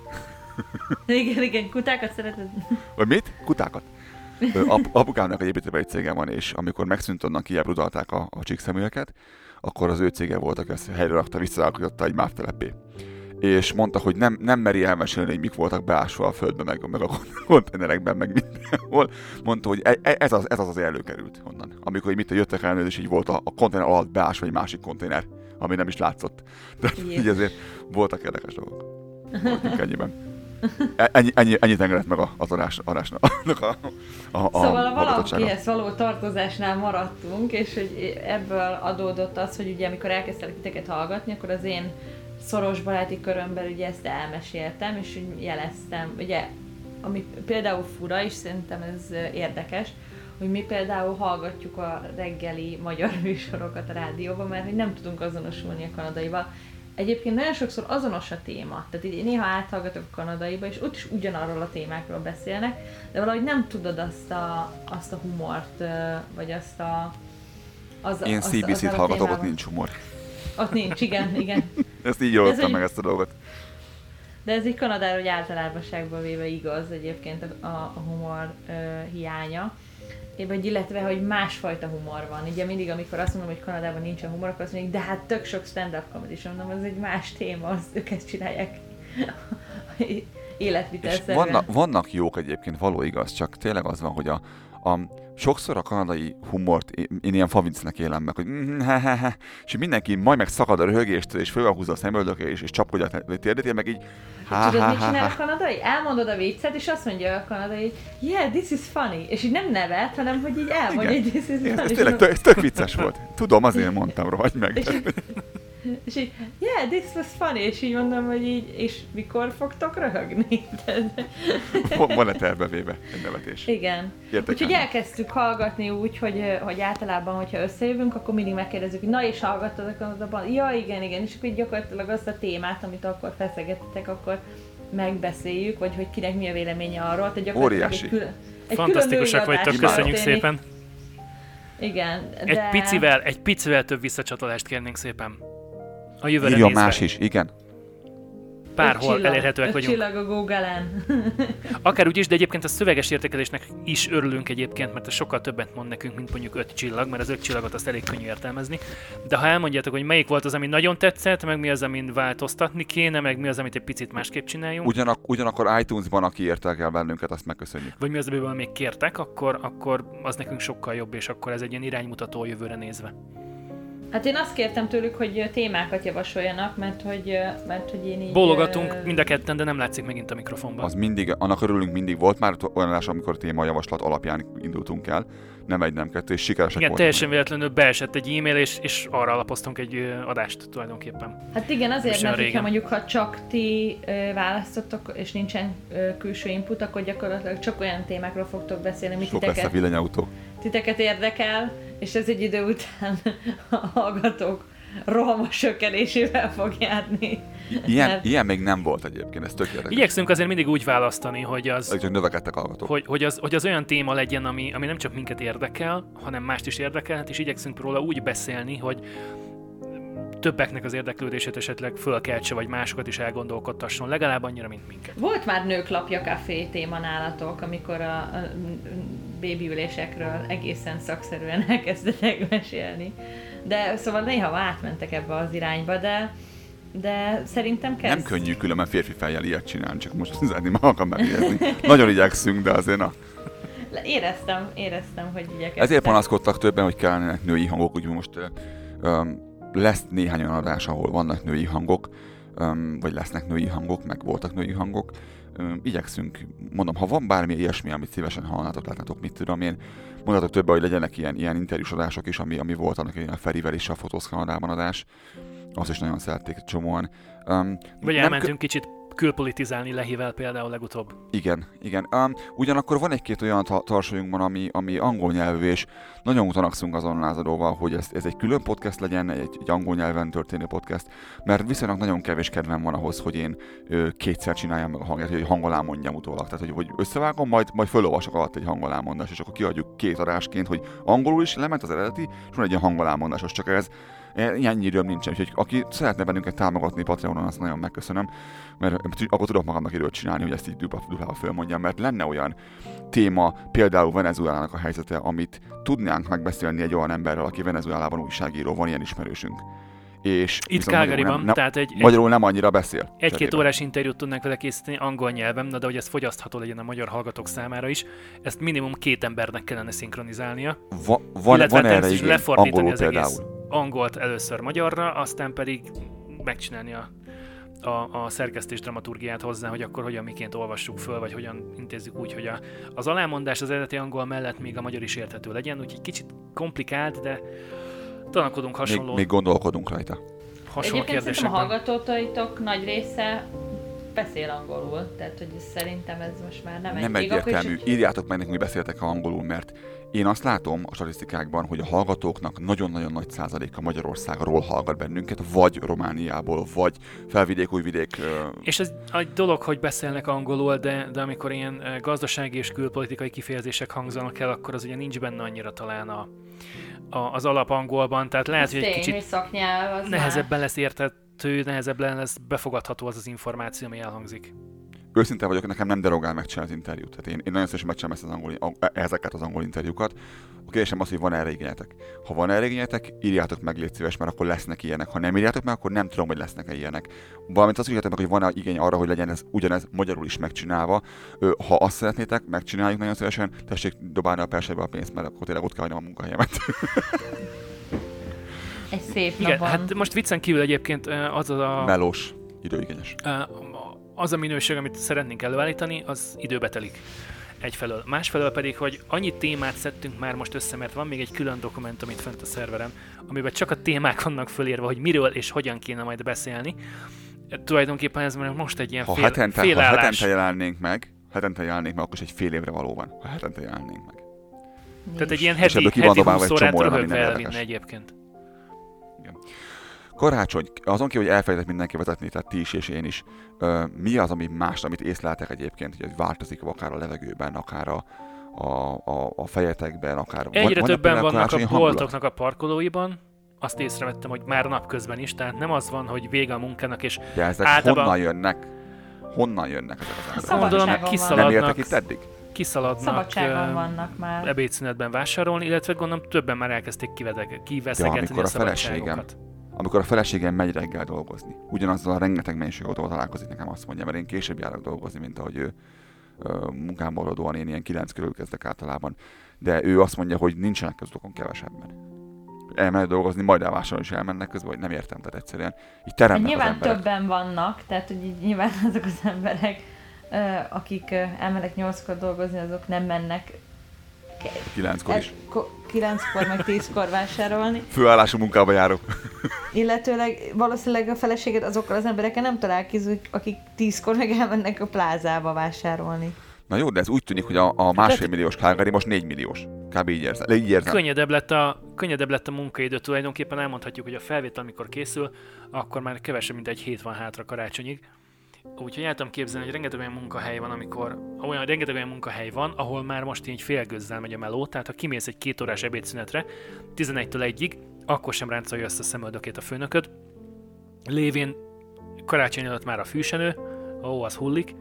Igen, igen, kutákat szereted. Vagy mit? Kutákat. Ap- apukámnak egy építőipari cége van, és amikor megszűnt onnan, kiábrudalták a, a csíkszeműeket, akkor az ő cége volt, aki ezt helyre rakta, visszaalakította egy MÁV telepé. És mondta, hogy nem, nem meri elmesélni, hogy mik voltak beásva a földbe, meg, meg a konténerekben, meg mindenhol. Mondta, hogy ez az, ez az, az előkerült onnan. Amikor mit jöttek el, és így volt a, a konténer alatt beásva egy másik konténer, ami nem is látszott. De így azért voltak érdekes dolgok. Maradjunk ennyiben. Ennyi, ennyi, ennyit engedett meg a, az adás, adásnak a, a, a Szóval a valakihez való tartozásnál maradtunk, és hogy ebből adódott az, hogy ugye amikor elkezdtek titeket hallgatni, akkor az én szoros baráti körömben ugye ezt elmeséltem, és úgy jeleztem, ugye, ami például fura, és szerintem ez érdekes, hogy mi például hallgatjuk a reggeli magyar műsorokat a rádióban, mert hogy nem tudunk azonosulni a kanadaival. Egyébként nagyon sokszor azonos a téma, tehát így néha áthallgatok a kanadaiba, és ott is ugyanarról a témákról beszélnek, de valahogy nem tudod azt a, azt a humort, vagy azt a... Az, Én cé bé cét hallgatok, ott nincs humor. Ott nincs, igen, igen. Ezt így oldottam meg, ezt a dolgot. De ez így Kanadára, hogy általánosságban véve igaz egyébként a, a, a humor ö, hiánya. Vagy illetve, hogy másfajta humor van. Ugye mindig, amikor azt mondom, hogy Kanadában nincsen humor, akkor azt mondjuk, de hát tök sok stand-up comedy, és mondom, az egy más téma, azt ők ezt csinálják életvitelszerűen. Vannak, vannak jók egyébként, való igaz, csak tényleg az van, hogy a, a sokszor a kanadai humort én, én ilyen favincnek élem meg, hogy mm, he, he, he, és mindenki majd meg szakad a röhögéstől, és fölhúzza a szemöldöke, és, és csapkodja a térdét, én meg így há, tudod, há, mit csinál há, a kanadai? Elmondod a viccet, és azt mondja a kanadai, yeah, this is funny. És így nem nevet, hanem hogy így elmondja, hogy this is funny. Ez tényleg tök, tök vicces volt. Tudom, azért mondtam, rohagy meg. És így, és így, yeah, this was funny, és így mondom, hogy így, és mikor fogtok röhögni? Van-e terbevéve egy nevetés? Igen. Értek Úgyhogy elkezdtük hallgatni úgy, hogy, hogy általában, hogyha összejövünk, akkor mindig megkérdezzük, hogy na és hallgattad a Kanadában? Ja, igen, igen, és akkor így gyakorlatilag azt a témát, amit akkor feszegettetek, akkor megbeszéljük, vagy hogy kinek mi a véleménye arról. Óriási. Egy külön, egy fantasztikusak vagytok, köszönjük történik. szépen. Igen, de... Egy picivel, egy picivel több visszacsatolást kérnénk szépen. A jövőre írjon nézve. más is, igen. Párhol csillag, elérhetőek vagyunk. csillag a Google-en. Akár úgy is, de egyébként a szöveges értékelésnek is örülünk egyébként, mert ez sokkal többet mond nekünk, mint mondjuk öt csillag, mert az öt csillagot azt elég könnyű értelmezni. De ha elmondjátok, hogy melyik volt az, ami nagyon tetszett, meg mi az, amin változtatni kéne, meg mi az, amit egy picit másképp csináljunk. Ugyanak, ugyanakkor iTunes-ban, aki értékel bennünket, azt megköszönjük. Vagy mi az, amiből még kértek, akkor, akkor az nekünk sokkal jobb, és akkor ez egy ilyen iránymutató a jövőre nézve. Hát én azt kértem tőlük, hogy témákat javasoljanak, mert hogy, mert hogy én így... Bólogatunk mind a ketten, de nem látszik megint a mikrofonban. Az mindig, annak örülünk mindig volt már olyan adás, amikor témajavaslat alapján indultunk el. Nem egy, nem kettő, és sikeresek igen, voltunk. teljesen véletlenül beesett egy e-mail, és, és arra alapoztunk egy adást tulajdonképpen. Hát igen, azért, mert régen. hogyha mondjuk, ha csak ti ö, választottok, és nincsen ö, külső input, akkor gyakorlatilag csak olyan témákról fogtok beszélni, amit Sok lesz a titeket, villanyautó. titeket érdekel, és ez egy idő után a hallgatók rohamos sökkelésével fog járni. Ilyen, Mert... ilyen még nem volt egyébként, ez tök érdekes. Igyekszünk azért mindig úgy választani, hogy az, Csak növekedtek hallgatók. hogy, hogy, az, hogy az olyan téma legyen, ami, ami nem csak minket érdekel, hanem mást is érdekelhet, és igyekszünk róla úgy beszélni, hogy többeknek az érdeklődését esetleg fölkeltse, vagy másokat is elgondolkodtasson, legalább annyira, mint minket. Volt már nőklapja kafé téma nálatok, amikor a, a bébiülésekről egészen szakszerűen elkezdetek mesélni. De szóval néha átmentek ebbe az irányba, de, de szerintem kezd. Nem könnyű különben férfi fejjel ilyet csinálni, csak most szeretném magam megjegyezni. Nagyon igyekszünk, de azért na. Éreztem, éreztem, hogy igyekeztem. Ezért panaszkodtak többen, hogy kellenek női hangok, úgyhogy most um, lesz néhány olyan adás, ahol vannak női hangok, um, vagy lesznek női hangok, meg voltak női hangok. Um, igyekszünk, mondom, ha van bármi ilyesmi, amit szívesen hallanátok, látnátok, mit tudom én, mondhatok többen, hogy legyenek ilyen, ilyen interjús adások is, ami, ami volt annak a Ferivel is a Fotóz Kanadában adás. Azt is nagyon szerették csomóan. Um, vagy elmentünk kö- kicsit külpolitizálni Lehivel például legutóbb. Igen, igen. Um, ugyanakkor van egy-két olyan ta- tarsolyunkban, ami, ami angol nyelvű, és nagyon utanakszunk azon lázadóval, hogy ez, ez egy külön podcast legyen, egy, egy angol nyelven történő podcast, mert viszonylag nagyon kevés kedvem van ahhoz, hogy én ö, kétszer csináljam meg a hangját, hogy hangolán mondjam utólag. Tehát, hogy, hogy összevágom, majd, majd fölolvasok alatt egy hangolámondást, és akkor kiadjuk két adásként, hogy angolul is lement az eredeti, és van egy ilyen hangolámondásos, csak ez ennyi időm nincsen, úgyhogy aki szeretne bennünket támogatni Patreonon, azt nagyon megköszönöm, mert akkor tudok magamnak időt csinálni, hogy ezt így duplával fölmondjam, mert lenne olyan téma, például Venezuelának a helyzete, amit tudnánk megbeszélni egy olyan emberrel, aki Venezuelában újságíró, van ilyen ismerősünk. És itt Calgaryban, nem, tehát egy, magyarul nem annyira beszél. Egy-két órás interjút tudnánk vele készíteni angol nyelven, de hogy ez fogyasztható legyen a magyar hallgatók számára is, ezt minimum két embernek kellene szinkronizálnia. Va, van, van erre igény, lefordítani angolul az például. Egész angolt először magyarra, aztán pedig megcsinálni a a, a szerkesztés dramaturgiát hozzá, hogy akkor hogyan miként olvassuk föl, vagy hogyan intézzük úgy, hogy a, az alámondás az eredeti angol mellett még a magyar is érthető legyen, úgyhogy kicsit komplikált, de tanakodunk hasonló... Még, még gondolkodunk rajta. Hasonló Egyébként szerintem a kérdésekben. hallgatótaitok nagy része beszél angolul, tehát hogy szerintem ez most már nem, Nem egy még akkor is, egyértelmű. hogy- Írjátok meg nekünk, hogy beszéltek angolul, mert én azt látom a statisztikákban, hogy a hallgatóknak nagyon-nagyon nagy százaléka Magyarországról hallgat bennünket, vagy Romániából, vagy felvidék, újvidék. ö, És ez egy dolog, hogy beszélnek angolul, de, de amikor ilyen eh, gazdasági és külpolitikai kifejezések hangzanak el, akkor az ugye nincs benne annyira talán a, a, az alapangolban, tehát lehet, Ez hogy egy tény, kicsit hogy szaknyelv az nehezebben lesz érthető, nehezebben lesz befogadható az az információ, ami elhangzik. Őszinte vagyok, nekem nem derogál megcsinálni az interjút. Tehát én, én nagyon szívesen megcsinálom ezt az angol, a- ezeket az angol interjúkat. A kérdésem az, hogy van erre igényetek. Ha van erre igényetek, írjátok meg, légy szíves, mert akkor lesznek ilyenek. Ha nem írjátok meg, akkor nem tudom, hogy lesznek-e ilyenek. Valamint azt írjátok meg, hogy van-e igény arra, hogy legyen ez ugyanez magyarul is megcsinálva. Ö, ha azt szeretnétek, megcsináljuk nagyon szívesen, tessék dobálni a persejbe a pénzt, mert akkor tényleg ott kell hagynom a munkahelyemet. egy szép Igen, napon. hát most viccen kívül egyébként eh, az a... Melós, időigényes. eh, az a minőség, amit szeretnénk előállítani, az időbe telik. Egyfelől. Másfelől pedig, hogy annyi témát szedtünk már most össze, mert van még egy külön dokumentum itt fent a szerveren, amiben csak a témák vannak fölírva, hogy miről és hogyan kéne majd beszélni. Tulajdonképpen ez már most egy ilyen Ha fél, hetente, ha félállás. hetente jelennénk meg, hetente jelennénk meg, akkor is egy fél évre való van. Ha hetente jelennénk meg. Tehát egy ilyen És ebből heti, ki van heti dobálva egy húsz órát csomó olyan, ami röhögve nem elvinne érdekes. egyébként. Karácsony, azon kívül, hogy elfelejtett mindenki vezetni, tehát ti is és én is, ö, mi az, ami más, amit észleltek egyébként, hogy ez változik akár a levegőben, akár a, a, a, a fejetekben, akár... Egyre van, többen például vannak a karácsonyi hangulat? boltoknak a parkolóiban, azt észrevettem, hogy már napközben is, tehát nem az van, hogy vége a munkának, és De ezek általában- honnan jönnek? Honnan jönnek ezek az emberek? Szabadságon gondolom van. kiszaladnak, Nem értek itt eddig? kiszaladnak Szabadságon ö, vannak már. ebédszünetben vásárolni, illetve gondolom többen már elkezdték kivedeg, kiveszegetni amikor a a feleségem- szabadságokat. Amikor a feleségem megy reggel dolgozni, ugyanazzal a rengeteg mennyiség autóval találkozik, nekem azt mondja, mert én később járok dolgozni, mint ahogy ő ö, munkámból adóan, én ilyen kilenc körül kezdek általában. De ő azt mondja, hogy nincsenek közutokon kevesebben. Elmegy dolgozni, majd elvásárolni is elmennek közben, hogy nem értem, tehát egyszerűen így Hát teremnek az nyilván emberek. többen vannak, tehát hogy így nyilván azok az emberek, ö, akik ö, elmennek nyolckor dolgozni, azok nem mennek Kilenckor is. ko- kilenckor meg tízkor vásárolni. Főállású munkába járok. Illetőleg valószínűleg a feleséged azokkal az emberekkel nem találkozik, akik tízkor meg elmennek a plázába vásárolni. Na jó, de ez úgy tűnik, hogy a, a másfél milliós Calgary most négy milliós. Kb. így érzem. Így érzem. Könnyedebb lett, a, könnyedebb lett a munkaidő, tulajdonképpen elmondhatjuk, hogy a felvétel, amikor készül, akkor már kevesebb, mint egy hét van hátra karácsonyig. Úgyhogy el tudom képzelni, hogy rengeteg olyan munkahely van, amikor olyan, rengeteg olyan munkahely van, ahol már most így félgőzzel megy a meló, tehát ha kimész egy két órás ebédszünetre, tizenegytől egyig, akkor sem ráncolja össze a szemöldökét a főnököd. Lévén karácsony előtt már a fűsenő, ó, az hullik.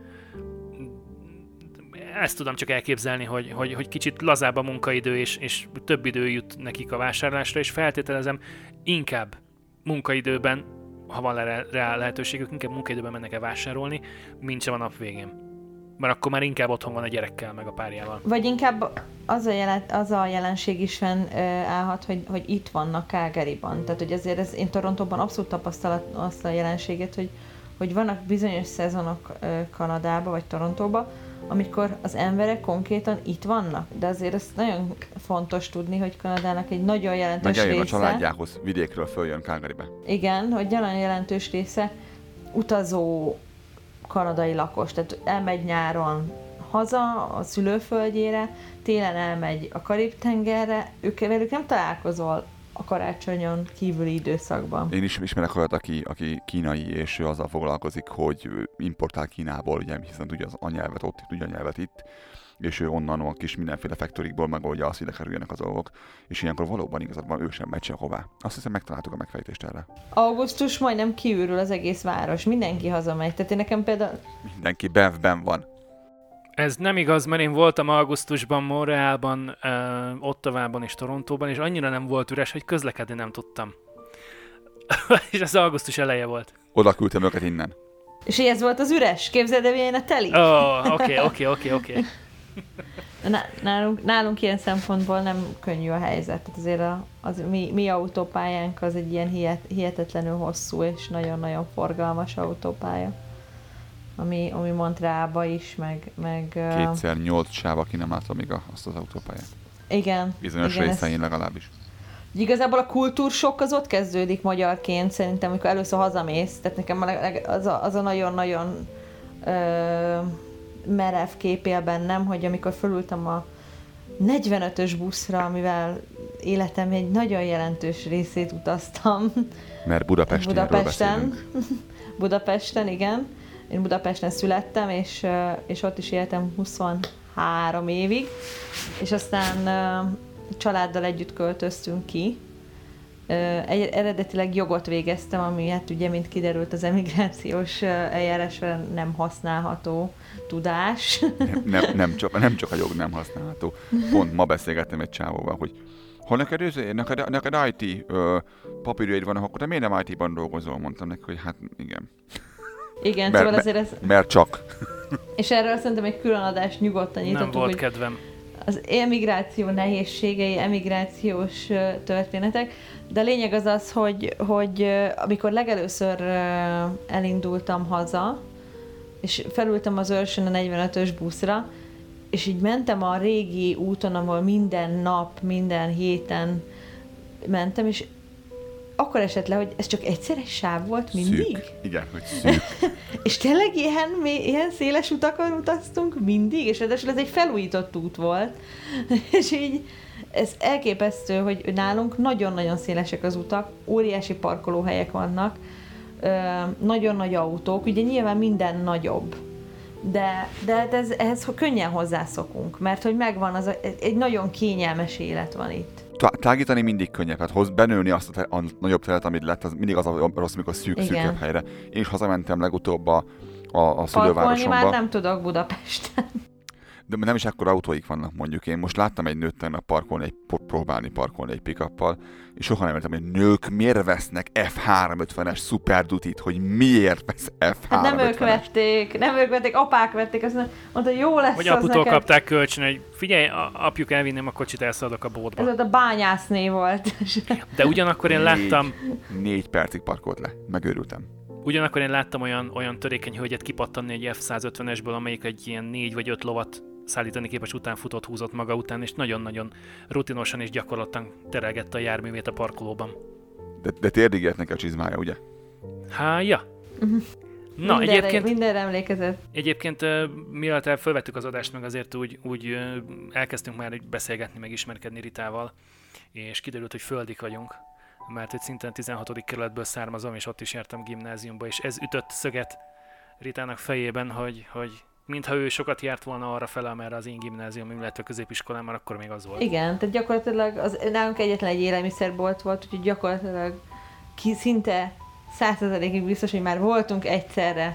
Ezt tudom csak elképzelni, hogy, hogy, hogy kicsit lazább a munkaidő, és, és több idő jut nekik a vásárlásra, és feltételezem inkább munkaidőben, ha van rá, rá lehetőségük, inkább munkaidőben mennek el vásárolni, mint sem a nap végén. Mert akkor már inkább otthon van a gyerekkel, meg a párjával. Vagy inkább az a, jelen, az a jelenség is fenn ö, állhat, hogy, hogy itt vannak Calgaryban. Tehát, hogy azért ez, én Torontóban abszolút tapasztalat azt a jelenséget, hogy, hogy vannak bizonyos szezonok ö, Kanadába vagy Torontóba, amikor az emberek konkrétan itt vannak. De azért ez nagyon fontos tudni, hogy Kanadának egy nagyon Meg jelentős eljön a része... családjához, vidékről följön Calgarybe. Igen, hogy nagyon jelentős része utazó kanadai lakos, tehát elmegy nyáron haza a szülőföldjére, télen elmegy a Karib-tengerre, ők velük nem találkozol a karácsonyon kívüli időszakban. Én is ismerek olyat, aki, aki kínai, és ő azzal foglalkozik, hogy importál Kínából, ugye, hiszen tudja az anyanyelvet ott, tudja a nyelvet itt, és ő onnan a kis mindenféle factorikból megoldja azt, hogy ide kerüljenek az dolgok, és ilyenkor valóban igazad van, ő sem megy sehová. Azt hiszem, megtaláltuk a megfejtést erre. Augusztus majdnem kiürül az egész város, mindenki hazamegy. Tehát én nekem például Mindenki bevben van. Ez nem igaz, mert én voltam augusztusban Montrealban, uh, Ottawában és Torontóban, és annyira nem volt üres, hogy közlekedni nem tudtam. És ez augusztus eleje volt. Oda küldtem őket innen. és ez volt az üres, képzeld el, milyen a teli. Ó, oké, oké, oké, oké. Nálunk, nálunk ilyen szempontból nem könnyű a helyzet. Tehát azért a, az mi, mi autópályánk az egy ilyen hihet, hihetetlenül hosszú és nagyon-nagyon forgalmas autópálya. Ami, ami Montrealba is, meg... meg Kétszer nyolc sáv, aki nem látta még azt az autópályát. Igen. Bizonyos igen, részein ez... legalábbis. Igazából a kultúrsokk az ott kezdődik magyarként, szerintem, amikor először hazamész. Tehát nekem az a, az a nagyon-nagyon ö, merev kép él bennem, hogy amikor fölültem a negyvenötös buszra, amivel életem egy nagyon jelentős részét utaztam. Mert Budapesten beszélünk. Budapesten, igen. Én Budapesten születtem, és, és ott is éltem huszonhárom évig, és aztán családdal együtt költöztünk ki. Egy, eredetileg jogot végeztem, ami hát ugye, mint kiderült, az emigrációs eljárásra nem használható tudás. Nem, nem, nem, csak, nem csak a jog nem használható. Pont ma beszélgettem egy csávóval, hogy ha neked, neked, neked i té ö, papírjaid vannak, akkor te miért nem i té-ban dolgozol? Mondtam neki, hogy hát igen. Igen, mert, szóval azért ez... Mert csak. És erről szerintem egy külön adást nyugodtan nyitottuk. Nem volt hogy kedvem. Az emigráció nehézségei, emigrációs történetek, de a lényeg az az, hogy, hogy amikor legelőször elindultam haza, és felültem az Őrsön a negyvenötös buszra, és így mentem a régi úton, ahol minden nap, minden héten mentem, és akkor esett le, hogy ez csak egyszer egy sáv volt mindig? Szűk. Igen, hogy szűk. És tényleg ilyen, ilyen széles utakon utaztunk mindig, és ráadásul ez egy felújított út volt. És így ez elképesztő, hogy nálunk nagyon-nagyon szélesek az utak, óriási parkolóhelyek vannak, nagyon nagy autók, ugye nyilván minden nagyobb. De, de ez, ehhez könnyen hozzászokunk, mert hogy megvan, az a, egy nagyon kényelmes élet van itt. Tágítani mindig könnyebb, hát hoz benőni azt a, te, a nagyobb teret, amit lett, az mindig az a rossz, mikor szűk-szűkebb helyre. Én is hazamentem legutóbb a, a, a szülővárosomba. Parkolni már nem tudok Budapesten. De nem is ekkora autóik vannak, mondjuk. Én most láttam egy nőt tegnap parkolni, egy, próbálni parkolni egy pick-uppal, és soha nem értem, hogy nők miért vesznek ef háromszázötvenes Super Duty-t, hogy miért vesz ef háromszázötvenes. Hát nem ők vették, nem ők vették, apák vették, azt mondta, jó lesz vagy az aputól neked. kapták kölcsön, hogy figyelj, apjuk, elvinném a kocsit, elszaladok a boltba. Ez ott a bányászné volt. De ugyanakkor én láttam... Négy, négy percig parkolt le, megőrültem. Ugyanakkor én láttam olyan, olyan törékeny hölgyet kipattanni egy ef százötvenesből, amelyik egy ilyen négy vagy öt lovat szállítani képes utánfutót húzott maga után, és nagyon-nagyon rutinosan és gyakorlatilag terelgette a járművét a parkolóban. De, de térdig ért neki a csizmája, ugye? Há, ja. Uh-huh. Na, mindenre, egyébként... mindenre emlékezett. Egyébként, mielőtt felvettük az adást, meg azért úgy, úgy elkezdtünk már beszélgetni, meg ismerkedni Ritával, és kiderült, hogy földik vagyunk, mert hogy szintén tizenhatodik kerületből származom, és ott is jártam gimnáziumba, és ez ütött szöget Ritának fejében, hogy, hogy mintha ő sokat járt volna arra fele, amerre az én gimnázium, illetve középiskolám, már akkor még az volt. Igen, tehát gyakorlatilag az, nálunk egyetlen egy élelmiszerbolt volt, úgyhogy gyakorlatilag ki, szinte száz százalékig biztos, hogy már voltunk egyszerre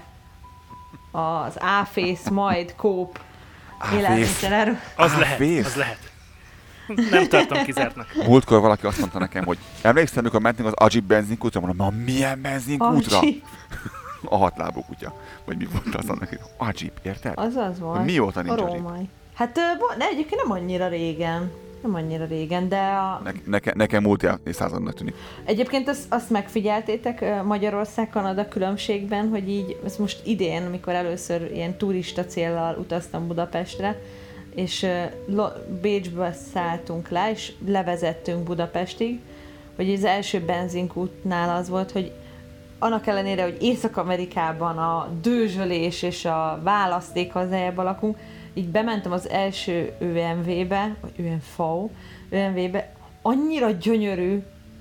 az Áfész, majd Coop élelmiszeráról. Az lehet, az lehet. Nem tartom kizártnak. Múltkor valaki azt mondta nekem, hogy emlékszem, amikor mentünk az Ajib benzinkútra, mondom, ma milyen benzinkútra? A hatlábú kutya. Vagy mi volt az annak? Ajib, érted? Az az volt. Mióta nincs Ajib? Hát de egyébként nem annyira régen. Nem annyira régen, de a... Ne, neke, nekem múlt évszázadnak tűnik. Egyébként azt, azt megfigyeltétek Magyarország-Kanada különbségben, hogy így, ez most idén, amikor először ilyen turista céllal utaztam Budapestre, és Bécsbe szálltunk le, és levezettünk Budapestig, hogy az első benzinkútnál az volt, hogy annak ellenére, hogy Észak-Amerikában a dőzsölés és a választék hazájában lakunk, így bementem az első ö em vé-be, vagy ö em vé, ö em vé-be, annyira gyönyörű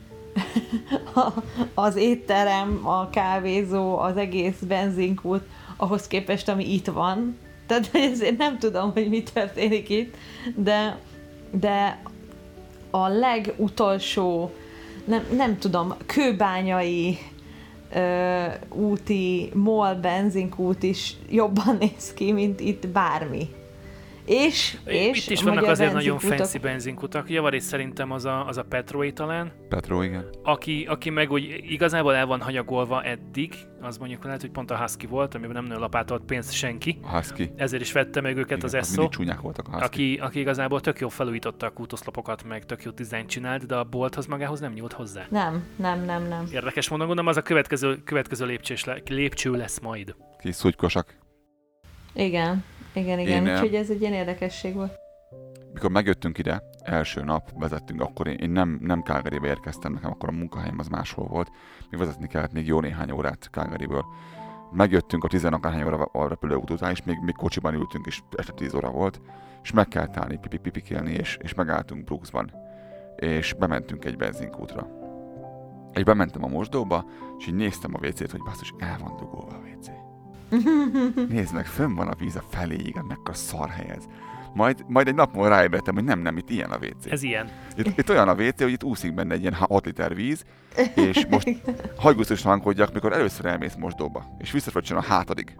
az étterem, a kávézó, az egész benzinkút ahhoz képest, ami itt van. Tehát ezért nem tudom, hogy mi történik itt, de, de a legutolsó, nem, nem tudom, kőbányai ö, úti, MOL benzinkút is jobban néz ki, mint itt bármi. És, és Itt is vannak azért nagyon fancy benzinkutak. Javarészt szerintem az a, az a Petroé talán. Petro, igen. Aki, aki meg úgy igazából el van hanyagolva eddig, az mondjuk lehet, hogy pont a Husky volt, amiben nem lapátolt pénzt senki. A Husky. Ezért is vette meg őket Igen, az az Esso. mindig csúnyák voltak a Husky. Aki, aki igazából tök jó felújította a kútoszlopokat, meg tök jó dizájnt csinált, de a bolthoz magához nem nyúlt hozzá. Nem, nem, nem, nem. Érdekes mondom, gondolom, az a következő, következő lépcsés le, lépcső lesz majd. Kis szutykosak. Igen, igen, igen. Én, Úgyhogy ez egy ilyen érdekesség volt. Mikor megjöttünk ide, első nap vezettünk, akkor én, én nem, nem Calgarybe érkeztem, nekem akkor a munkahelyem az máshol volt. Még vezetni kellett még jó néhány órát Calgaryből. Megjöttünk a tizenakárhány óra a repülőút után, és még, még kocsiban ültünk, és este tíz óra volt, és meg kellett állni pipikélni, és, és megálltunk Brooksban, és bementünk egy benzinkútra. És bementem a mosdóba, és így néztem a vécét, hogy basszus, el van dugolva a vécé. Nézd meg, fönn van a víz a feléig, mekkora szar hely ez. Majd, majd egy nap múlva ráébredtem, hogy nem, nem, itt ilyen a vécé. Ez ilyen. Itt, itt olyan a vécé, hogy itt úszik benne egy ilyen hat liter víz, és most hajgusztusan hangodjak, mikor először elmész mosdóba, és visszafröccsen a hátadig.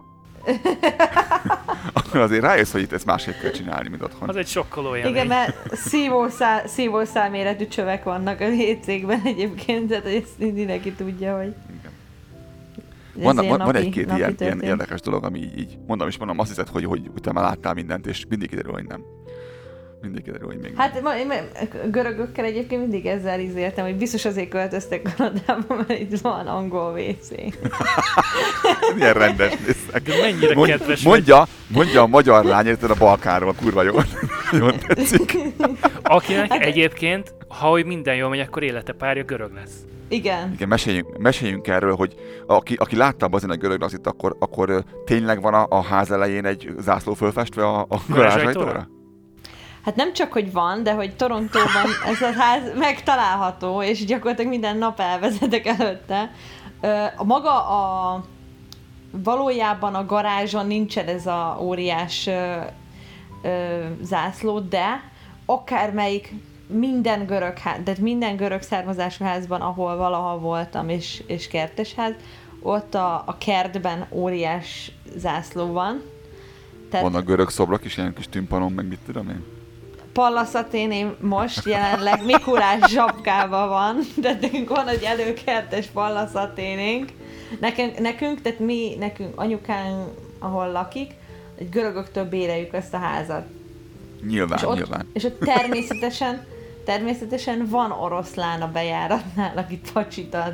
Akkor azért rájössz, hogy itt ezt másképp kell csinálni, mint otthon. Az egy sokkoló élmény. Igen, mert szívószál, szívószálméretű csövek vannak a vécékben egyébként, tehát ezt mindenki tudja, hogy... Igen. ez Van, ilyen van, van napi- egy-két napi ilyen, ilyen történet. érdekes dolog, ami így, így mondom és mondom, azt hiszed, hogy, hogy utána már láttál mindent, és mindig kiderül, hogy nem. Mindig kiderül, hogy még nem. Hát ma- ma- görögökkel egyébként mindig ezzel izéltem, hogy biztos azért költöztek Kanadába, mert itt van angol vécé. Milyen rendes leszek. De mennyire Mond, kedves mondja, mondja a magyar lány, érted a Balkánról, kurva jól. Jól tetszik. vagy. Akinek egyébként, ha hogy minden jól megy, akkor élete párja görög lesz. Igen. Igen, meséljünk, meséljünk erről, hogy aki, aki látta a bazin a görög lazit, akkor, akkor ö, tényleg van a, a ház elején egy zászló fölfestve a, a garázsajtóra? Hát nem csak, hogy van, de hogy Torontóban ez a ház megtalálható, és gyakorlatilag minden nap elvezetek előtte. Ö, a maga a... Valójában a garázson nincsen ez a óriás ö, ö, zászló, de akármelyik minden görög ház, de minden görög származású házban, ahol valaha voltam, és, és kertesház, ott a, a kertben óriás zászló van. Tehát Vannak görög szobrok is, ilyen kis tümpanon, meg mit tudom én? Pallas Athéné most jelenleg Mikulás zsapkában van, de nekünk van egy előkertes Pallas Athénénk. Nekünk, nekünk, tehát mi, nekünk anyukánk, ahol lakik, egy görögöktől béreljük ezt a házat. Nyilván, És ott, nyilván. és ott természetesen, természetesen van oroszlán a bejáratnál, akit pacsit ad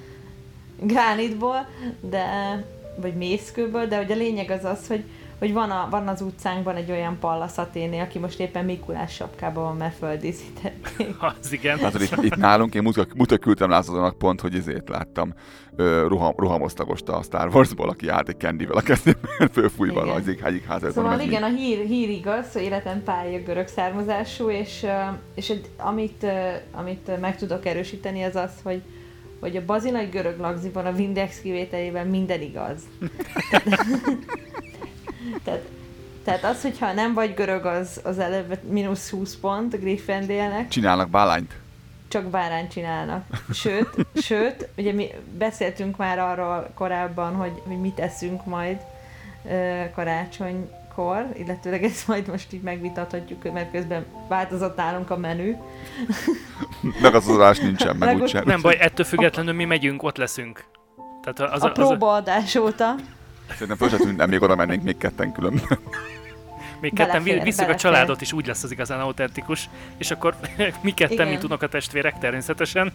gránitból, de, vagy mészkőből, de hogy a lényeg az az, hogy, hogy van, a, van az utcánkban egy olyan Pallas Athéné, aki most éppen Mikulás sapkában van, mert földíszítették. Az igen. Hát itt, itt nálunk, én múltkor múltkor küldtem Lászlónak pont, hogy ezért láttam uh, ruham, ruhamosztagosta a Star Warsból, aki állt egy candyvel a kezében, fölfújva Igen. az egyik házat. Szóval igen, a hír, hír igaz, hogy életem pálya görög származású, és, ö, és egy- amit, ö, amit meg tudok erősíteni, az az, hogy, hogy a bazinai görög lagziban a Windex kivételével minden igaz. tehát, tehát az, hogyha nem vagy görög, az, az előbb mínusz húsz pont a Gryffindornek, Csinálnak bálányt. csak bárányt csinálnak. Sőt, sőt, ugye mi beszéltünk már arról korábban, hogy, hogy mit eszünk majd ö, karácsonykor, illetőleg ezt majd most így megvitathatjuk, mert közben változott nálunk a menü. Megazolás nincsen, meg Meg- úgysem. Nem baj, ettől függetlenül mi megyünk, ott leszünk. Tehát az A a, az a, próbaadás óta. Szerintem föl se tűntem, még oda mennénk még ketten különben. még ketten belefér, vi- visszük a belefér. családot, és úgy lesz az igazán autentikus. És akkor mi ketten, Igen. mint unokatestvérek természetesen,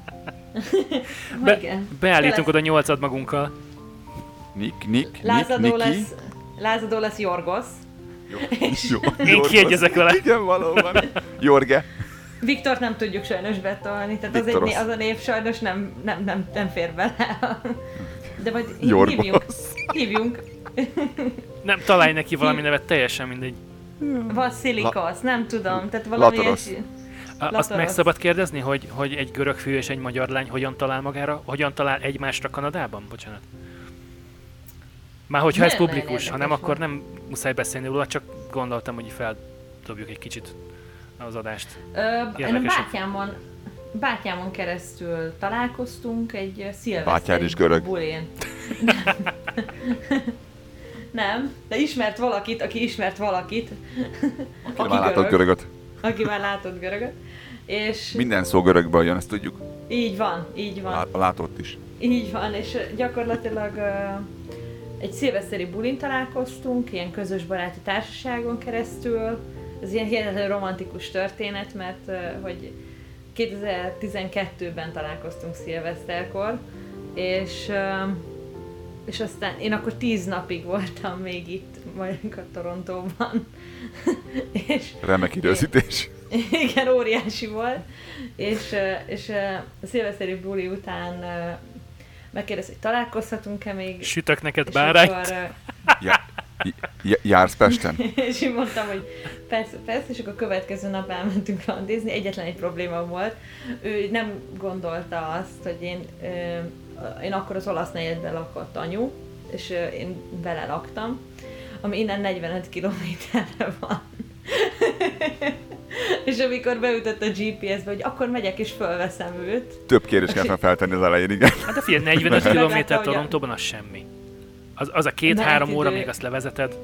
Be- Igen. beállítunk Tele- oda nyolcad magunkkal. Nick, Nick, Lázadó Nick, Niki. lesz, lázadó lesz Jorgosz. Jó, jó, Én Jorgos. kiegyezek vele. Igen, valóban. Jorge. Viktort nem tudjuk sajnos betolni, tehát az, egy, Viktoros. né- az a név sajnos nem, nem, nem, nem fér bele. De majd hí- Jorgosz. hívjunk. Hívjunk. Nem, találj neki valami nevet, teljesen mindegy. Vasszilikosz, nem tudom, tehát valami Latoros. egy... A, azt Latorosz. meg szabad kérdezni, hogy, hogy egy görög fiú és egy magyar lány hogyan talál magára, hogyan talál egymásra Kanadában? Bocsánat. Már hogyha ez Nagyon-nagyon publikus, ha nem, érdekes akkor nem muszáj beszélni róla, csak gondoltam, hogy feldobjuk egy kicsit az adást. Ö, én a Érdekesebb. bátyámon, bátyámon keresztül találkoztunk egy szilveszteri Bátyád is görög. bulén. Nem, de ismert valakit, aki ismert valakit. Aki, aki már látott görögöt. Aki már látott görögöt. És minden szó görögből jön, ezt tudjuk. Így van, így van. Lá- látott is. Így van, és gyakorlatilag uh, egy szilveszteri bulin találkoztunk, ilyen közös baráti társaságon keresztül. Ez ilyen hihetetlen romantikus történet, mert uh, hogy kétezer-tizenkettőben találkoztunk szilveszterkor, és, uh, és aztán én akkor tíz napig voltam még itt, majd a Torontóban. és, Remek időzítés. Igen, óriási volt, és, és a szilveszteri buli után megkérdezte, hogy találkozhatunk-e még. Sütök neked bárányt. Akkor, Ja, j- jársz Pesten? és én mondtam, hogy persze, persze, és akkor a következő nap elmentünk randizni, egyetlen egy probléma volt. Ő nem gondolta azt, hogy én, én akkor az olasz negyedben lakott anyu, és én vele laktam, ami innen negyvenöt kilométerre van. És amikor beütött a gé pé es-be, hogy akkor megyek és fölveszem őt. Több kérdést kell feltenni az elején, igen. Hát de figyelj, negyvenöt kilométer Torontóban az semmi. Az, az a két-három óra, még azt levezeted.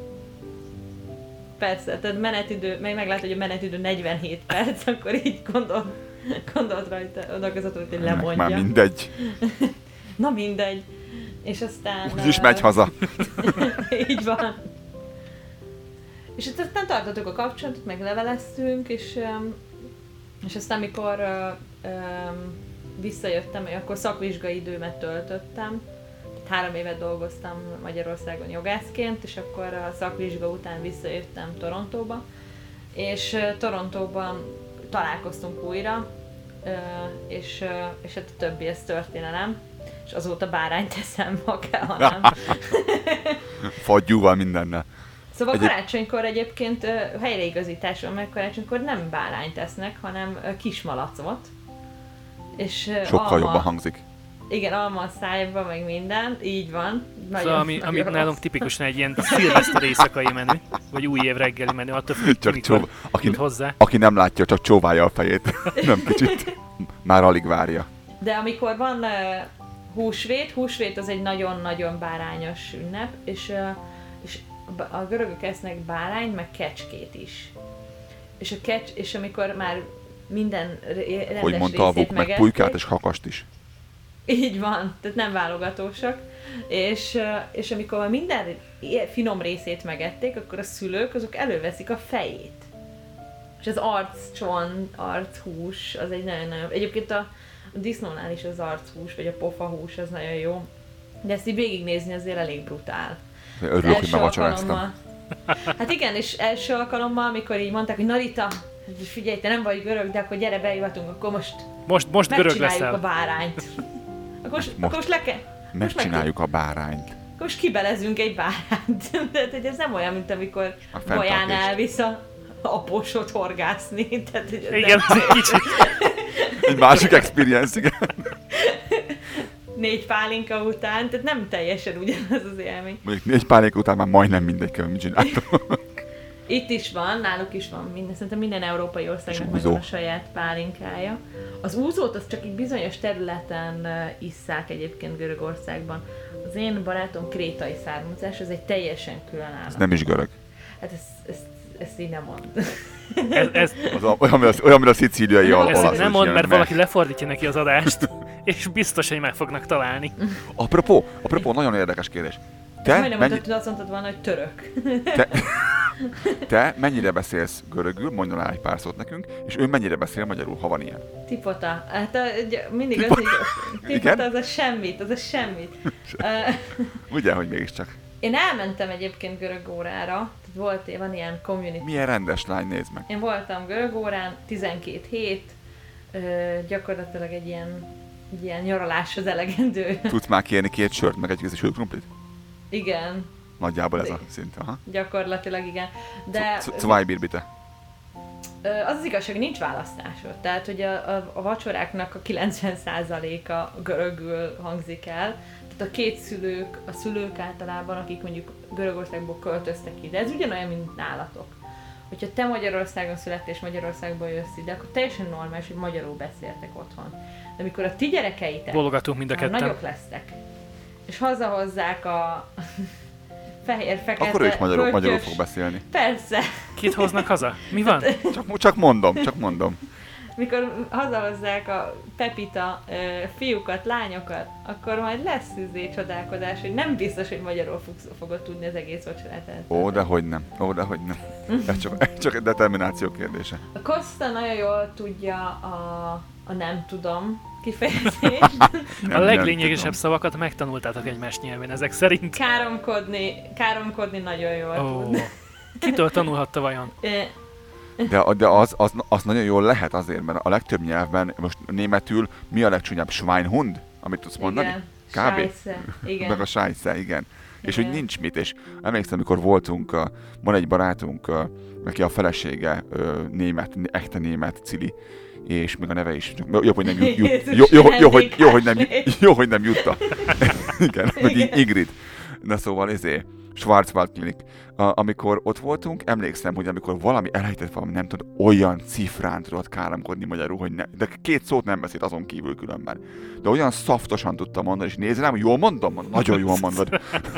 Persze, tehát menetidő, meg meglátod, hogy a menetidő negyvenhét perc, akkor így gondol, gondolt rajta, oda között, hogy lemondja. Már mindegy. Na mindegy. És aztán... Úgyis megy haza. Így van. És aztán tartottuk a kapcsolatot, meg leveleztünk, és, és aztán amikor uh, um, visszajöttem, akkor szakvizsgai időmet töltöttem. Három évet dolgoztam Magyarországon jogászként, és akkor a szakvizsga után visszajöttem Torontóba. És uh, Torontóban találkoztunk újra, uh, és, uh, és hát a többi ez történelem. És azóta bárányt teszem, ha kell, ha nem. Fagyúval mindennel. Szóval Egyéb... karácsonykor egyébként uh, helyreigazításon, meg karácsonykor nem bárányt tesznek, hanem uh, kismalacot. És, uh, sokkal alma, jobban hangzik. Igen, alma a szájba, meg minden, így van. Nagyon, szóval ami, ami nálunk tipikusan egy ilyen szilveszter éjszakai menü, vagy új év reggeli menü, attól függ, csak mikor aki, hozzá. Aki nem látja, csak csóválja a fejét. Nem kicsit. Már alig várja. De amikor van uh, húsvét, húsvét az egy nagyon-nagyon bárányos ünnep, és, uh, és a görögök esznek bárányt, meg kecskét is. És, a kecs, és amikor már minden rendes hogy mondta, a vuk meg pulykát és kakast is. Így van, tehát nem válogatósak. És, és amikor már minden finom részét megették, akkor a szülők azok előveszik a fejét. És az arccsont, archús, az egy nagyon-nagyon... Egyébként a, a disznónál is az archús, vagy a pofahús, az nagyon jó. De ezt így végignézni azért elég brutál. Örülök, hogy megvacsoráztam. Hát igen, és első alkalommal, amikor így mondták, hogy Narita, figyelj, te nem vagy görög, de akkor gyere, bejuhatunk, akkor most, most, most görög leszel. Megcsináljuk a bárányt. Akkor most, most, akkor most le kell... Megcsináljuk a bárányt. Akkor most kibelezünk egy bárányt. Tehát, hogy ez nem olyan, mint amikor Baján elvisz a apósot horgászni. Tehát, igen, ez egy kicsit. Egy másik experience, igen. Négy pálinka után, tehát nem teljesen ugyanaz az élmény. Mondjuk négy pálinka után már majdnem mindegy kell, mit csináltam. Itt is van, náluk is van minden, szerintem minden európai országnak megvan a saját pálinkája. Az úzót az csak egy bizonyos területen uh, isszák egyébként Görögországban. Az én barátom krétai származás, az egy teljesen különálló. Ez nem is görög. Hát ezt, ezt, ezt így nem mond. ez, ez... Az a, olyan, mint a, olyan, mint a szicíliai olasz. Ezt nem mond, mert valaki lefordítja neki az adást, és biztos, hogy meg fognak találni. Apropó, apropó, nagyon érdekes kérdés. Te majdnem mennyi... mondtad, azt mondtad volna, hogy török. Te, te mennyire beszélsz görögül, mondjon el egy pár szót nekünk, és ő mennyire beszél magyarul, ha van ilyen? Tipota. Hát a, mindig Tipota. az, hogy tipota az a semmit, az a semmit. Ugye, hogy mégiscsak. Én elmentem egyébként görög órára, volt, van ilyen community. Milyen rendes lány, nézd meg. Én voltam görög órán, tizenkét hét, gyakorlatilag egy ilyen, egy ilyen nyaralás az elegendő. Tudsz már kérni két sört, meg egy kézi sülkrumplit? Igen. Nagyjából ez a szint, aha. Gyakorlatilag igen. De... Zwei Bier bitte. Az az igazság, hogy nincs választásod. Tehát, hogy a, a, a vacsoráknak a kilencven százaléka görögül hangzik el. Tehát a két szülők, a szülők általában, akik mondjuk Görögországból költöztek ide, ez ugyanolyan, mint nálatok. Hogyha te Magyarországon születtél és Magyarországból jössz ide, akkor teljesen normális, hogy magyarul beszéltek otthon. De amikor a ti gyerekeitek bologatunk mind a ketten. Nagyok lesztek, és hazahozzák a fehér-fekete. Akkor ő is magyarul, pöttyös. magyarul fog beszélni. Persze. Kit hoznak haza? Mi van? Csak, csak mondom, csak mondom. Mikor hazahozzák a Pepita ö, fiúkat, lányokat, akkor majd lesz izé csodálkozás, hogy nem biztos, hogy magyarul fogsz, fogod tudni az egész vacsorát. Ó, dehogy nem. Ó, dehogy nem. Ez csak, ez csak egy determináció kérdése. A Costa nagyon jól tudja a, a nem tudom kifejezést. A leglényegesebb szavakat megtanultátok egymás nyelvén, ezek szerint. Káromkodni, káromkodni nagyon jól Ó, tud. kitől tanulhatta vajon? Ö, De, de az, az, az nagyon jól lehet azért, mert a legtöbb nyelvben, most németül mi a legcsúnyább? Schweinhund? Amit tudsz mondani? Igen. Kb. Scheisse. Igen. Meg a Scheisse, igen. És Igen. hogy nincs mit, és emlékszem, amikor voltunk, a, van egy barátunk, a, neki a felesége ö, német, echte német, Cili, és még a neve is, csak jó, hogy nem jut, jut, jó, jó, jó, hogy, jó, hogy nem, jó, hogy nem Jutta. Igen, meg Igen. Ingrid. Na szóval ezért, Schwarzwald Klinik. A, amikor ott voltunk, emlékszem, hogy amikor valami elejtett valami, nem tudod, olyan cifrán tudott káromkodni magyarul, hogy ne, de két szót nem beszélt azon kívül különben. De olyan szaftosan tudta mondani, és nézd rám, hogy jól mondom? Nagyon jól mondod.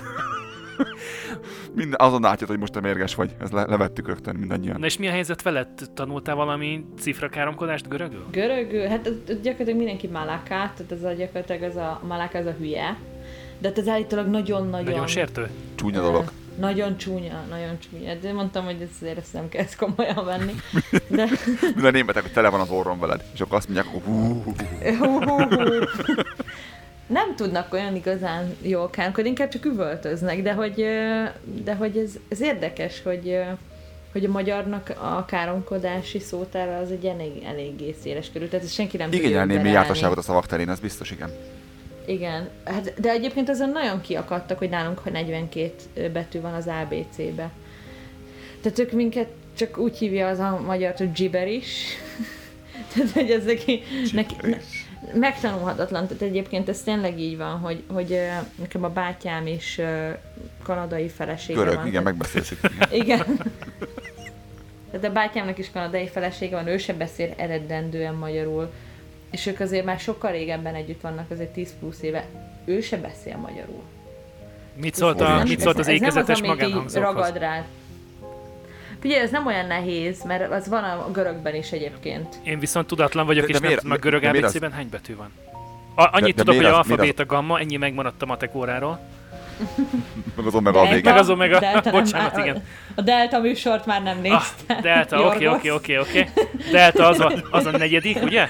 Minden, azon átjött, hogy most te mérges vagy. Ezt le, levettük rögtön mindannyian. Na és mi a helyzet veled? Tanultál valami cifrakáromkodást görögül? Görögül, hát ott gyakorlatilag mindenki malakát, tehát ez a gyakorlatilag az a malaka, az a hülye. De hát ez állítólag nagyon-nagyon... Nagyon sértő? Csúnya dolog. Nagyon csúnya, nagyon csúnya. De mondtam, hogy ez azért ezt nem kell ezt komolyan venni. De... Minden németek, hogy tele van az orrom veled. És akkor azt mondják, hogy hú, hú, hú. hú, hú, hú. Nem tudnak olyan igazán jól káromkodni, inkább csak üvöltöznek, de hogy, de hogy ez, ez érdekes, hogy, hogy a magyarnak a káromkodási szótára az egy elég, eléggé széles körül, tehát ez senki nem tudja Igényelném mi überelni. jártasságot a szavak terén, ez biztos, igen. Igen, hát, de egyébként azon nagyon kiakadtak, hogy nálunk hogy negyvenkét betű van az á bé cé-be. Tehát ők minket csak úgy hívja az a magyart, hogy gibberish. Tehát, hogy ez neki, neki ne, megtanulhatatlan. Tehát egyébként ez tényleg így van, hogy, hogy uh, nekem a bátyám is uh, kanadai felesége Görög, van. igen, tehát, megbeszélszük. igen. Tehát a bátyámnak is kanadai felesége van, ő sem beszél eredendően magyarul. És ők azért már sokkal régebben együtt vannak, azért tíz plusz éve. Ő se beszél magyarul. Mit szólt, a, Ez mit szólt az ez nem ékezetes az, amit így magánhangzókhoz? ragad rá. Figyelj, ez nem olyan nehéz, mert az van a görögben is egyébként. Én viszont tudatlan vagyok, De- de és nem miért- tudom, a görög de miért á az- bé cé-ben hány betű van? A, annyit de tudok, hogy miért az- alfa, miért az- beta, gamma, ennyi megmaradt a matek óráról. Meg az omega a végén. Meg az omega, Delta nem- bocsánat, igen. A Delta műsort már nem Ah, nézte. delta, oké, Jorgos. oké, oké, oké. Delta az a, az a negyedik, ugye?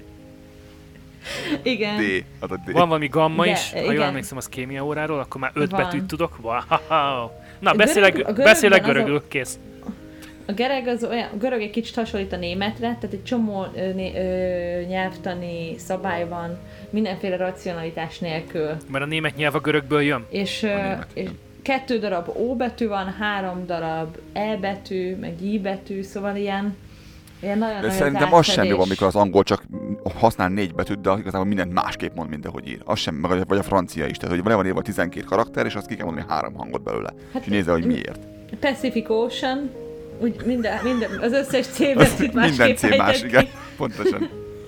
Igen. D, az a D. Van valami gamma De, is, ha jól igen. emlékszem, az kémia óráról, akkor már öt Van. betűt tudok. Wow. Na, A beszélek, görög- a görögben beszélek az a- görögül, kész. A görög, az olyan, a görög egy kicsit hasonlít a németre, tehát egy csomó ö, né, ö, nyelvtani szabály van, mindenféle racionalitás nélkül. Mert a német nyelv a görögből jön. És, ö, német, és igen. kettő darab O betű van, három darab E betű, meg I betű, szóval ilyen, ilyen nagyon De nagy szerintem az az sem jó, átfedés. amikor az angol csak használ négy betűt, de igazából mindent másképp mond, mint ahogy ír. Az sem, meg- vagy a francia is. Tehát, hogy le van írva tizenkét karakter, és azt ki kell mondani három hangot belőle. Hát És nézze, hogy miért. Pacific Ocean, úgy minden, minden, az összes C Az betűt minden másképp C más, ejtett igen. ki. Pontosan.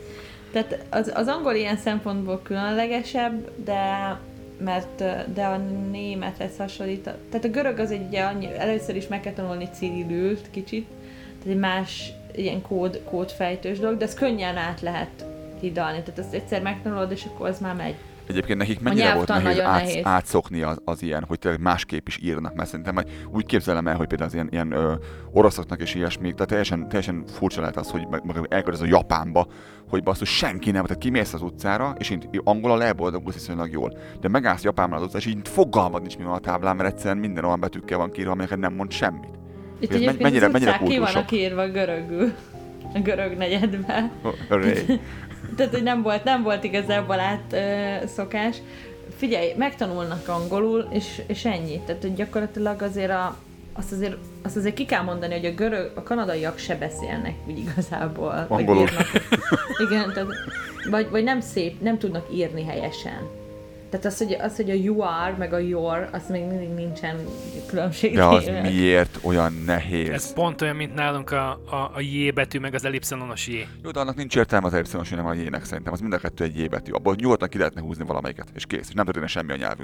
Tehát az, az angol ilyen szempontból különlegesebb, de mert de a némethez hasonlít. Tehát a görög az egy ugye annyi, először is meg kell tanulni cirilült kicsit, tehát egy más ilyen kód, kódfejtős dolog, de ez könnyen át lehet hidalni. Tehát azt egyszer megtanulod, és akkor az már megy. Egyébként nekik mennyire volt nyelvtan nehéz, nagyon át, nehéz. átszokni az, az ilyen, hogy tényleg másképp is írnak, mert szerintem hogy úgy képzelem el, hogy például az ilyen, ilyen ö, oroszoknak és ilyesmi, tehát teljesen, teljesen furcsa lehet az, hogy meg, meg elköltöz a Japánba, hogy basszus senki nem, tehát kimész az utcára, és így angolul elboldogulsz viszonylag jól, de megállsz Japánban az utcán, és így fogalmad nincs mi van a táblán, mert egyszerűen minden olyan betűkkel van kiírva, amelyeket nem mond semmit. Itt Ez egyébként mennyire- az mennyire utcák ki kultúrsok? vannak írva görögül, a görög negyedben. Hooray. Tehát, hogy nem volt, nem volt igazából át ö, szokás. Figyelj, megtanulnak angolul, és, és ennyi. Tehát, hogy gyakorlatilag azért a, azt azért, azt azért ki kell mondani, hogy a görög, a kanadaiak se beszélnek úgy igazából. vagy Angolul. írnak. Igen, tehát, vagy, vagy nem szép, nem tudnak írni helyesen. Tehát az, hogy, az, hogy a you are, meg a your, az még mindig nincsen különbség. De az miért olyan Ez nehéz? pont olyan, mint nálunk a, a, a J betű, meg az elipszilonos J. Jó, de annak nincs értelme az epszilonos, hanem a J-nek szerintem. Az mind a kettő egy J betű. Abból nyugodtan ki lehetne húzni valamelyiket, és kész. És nem történne semmi a nyelvünkkel.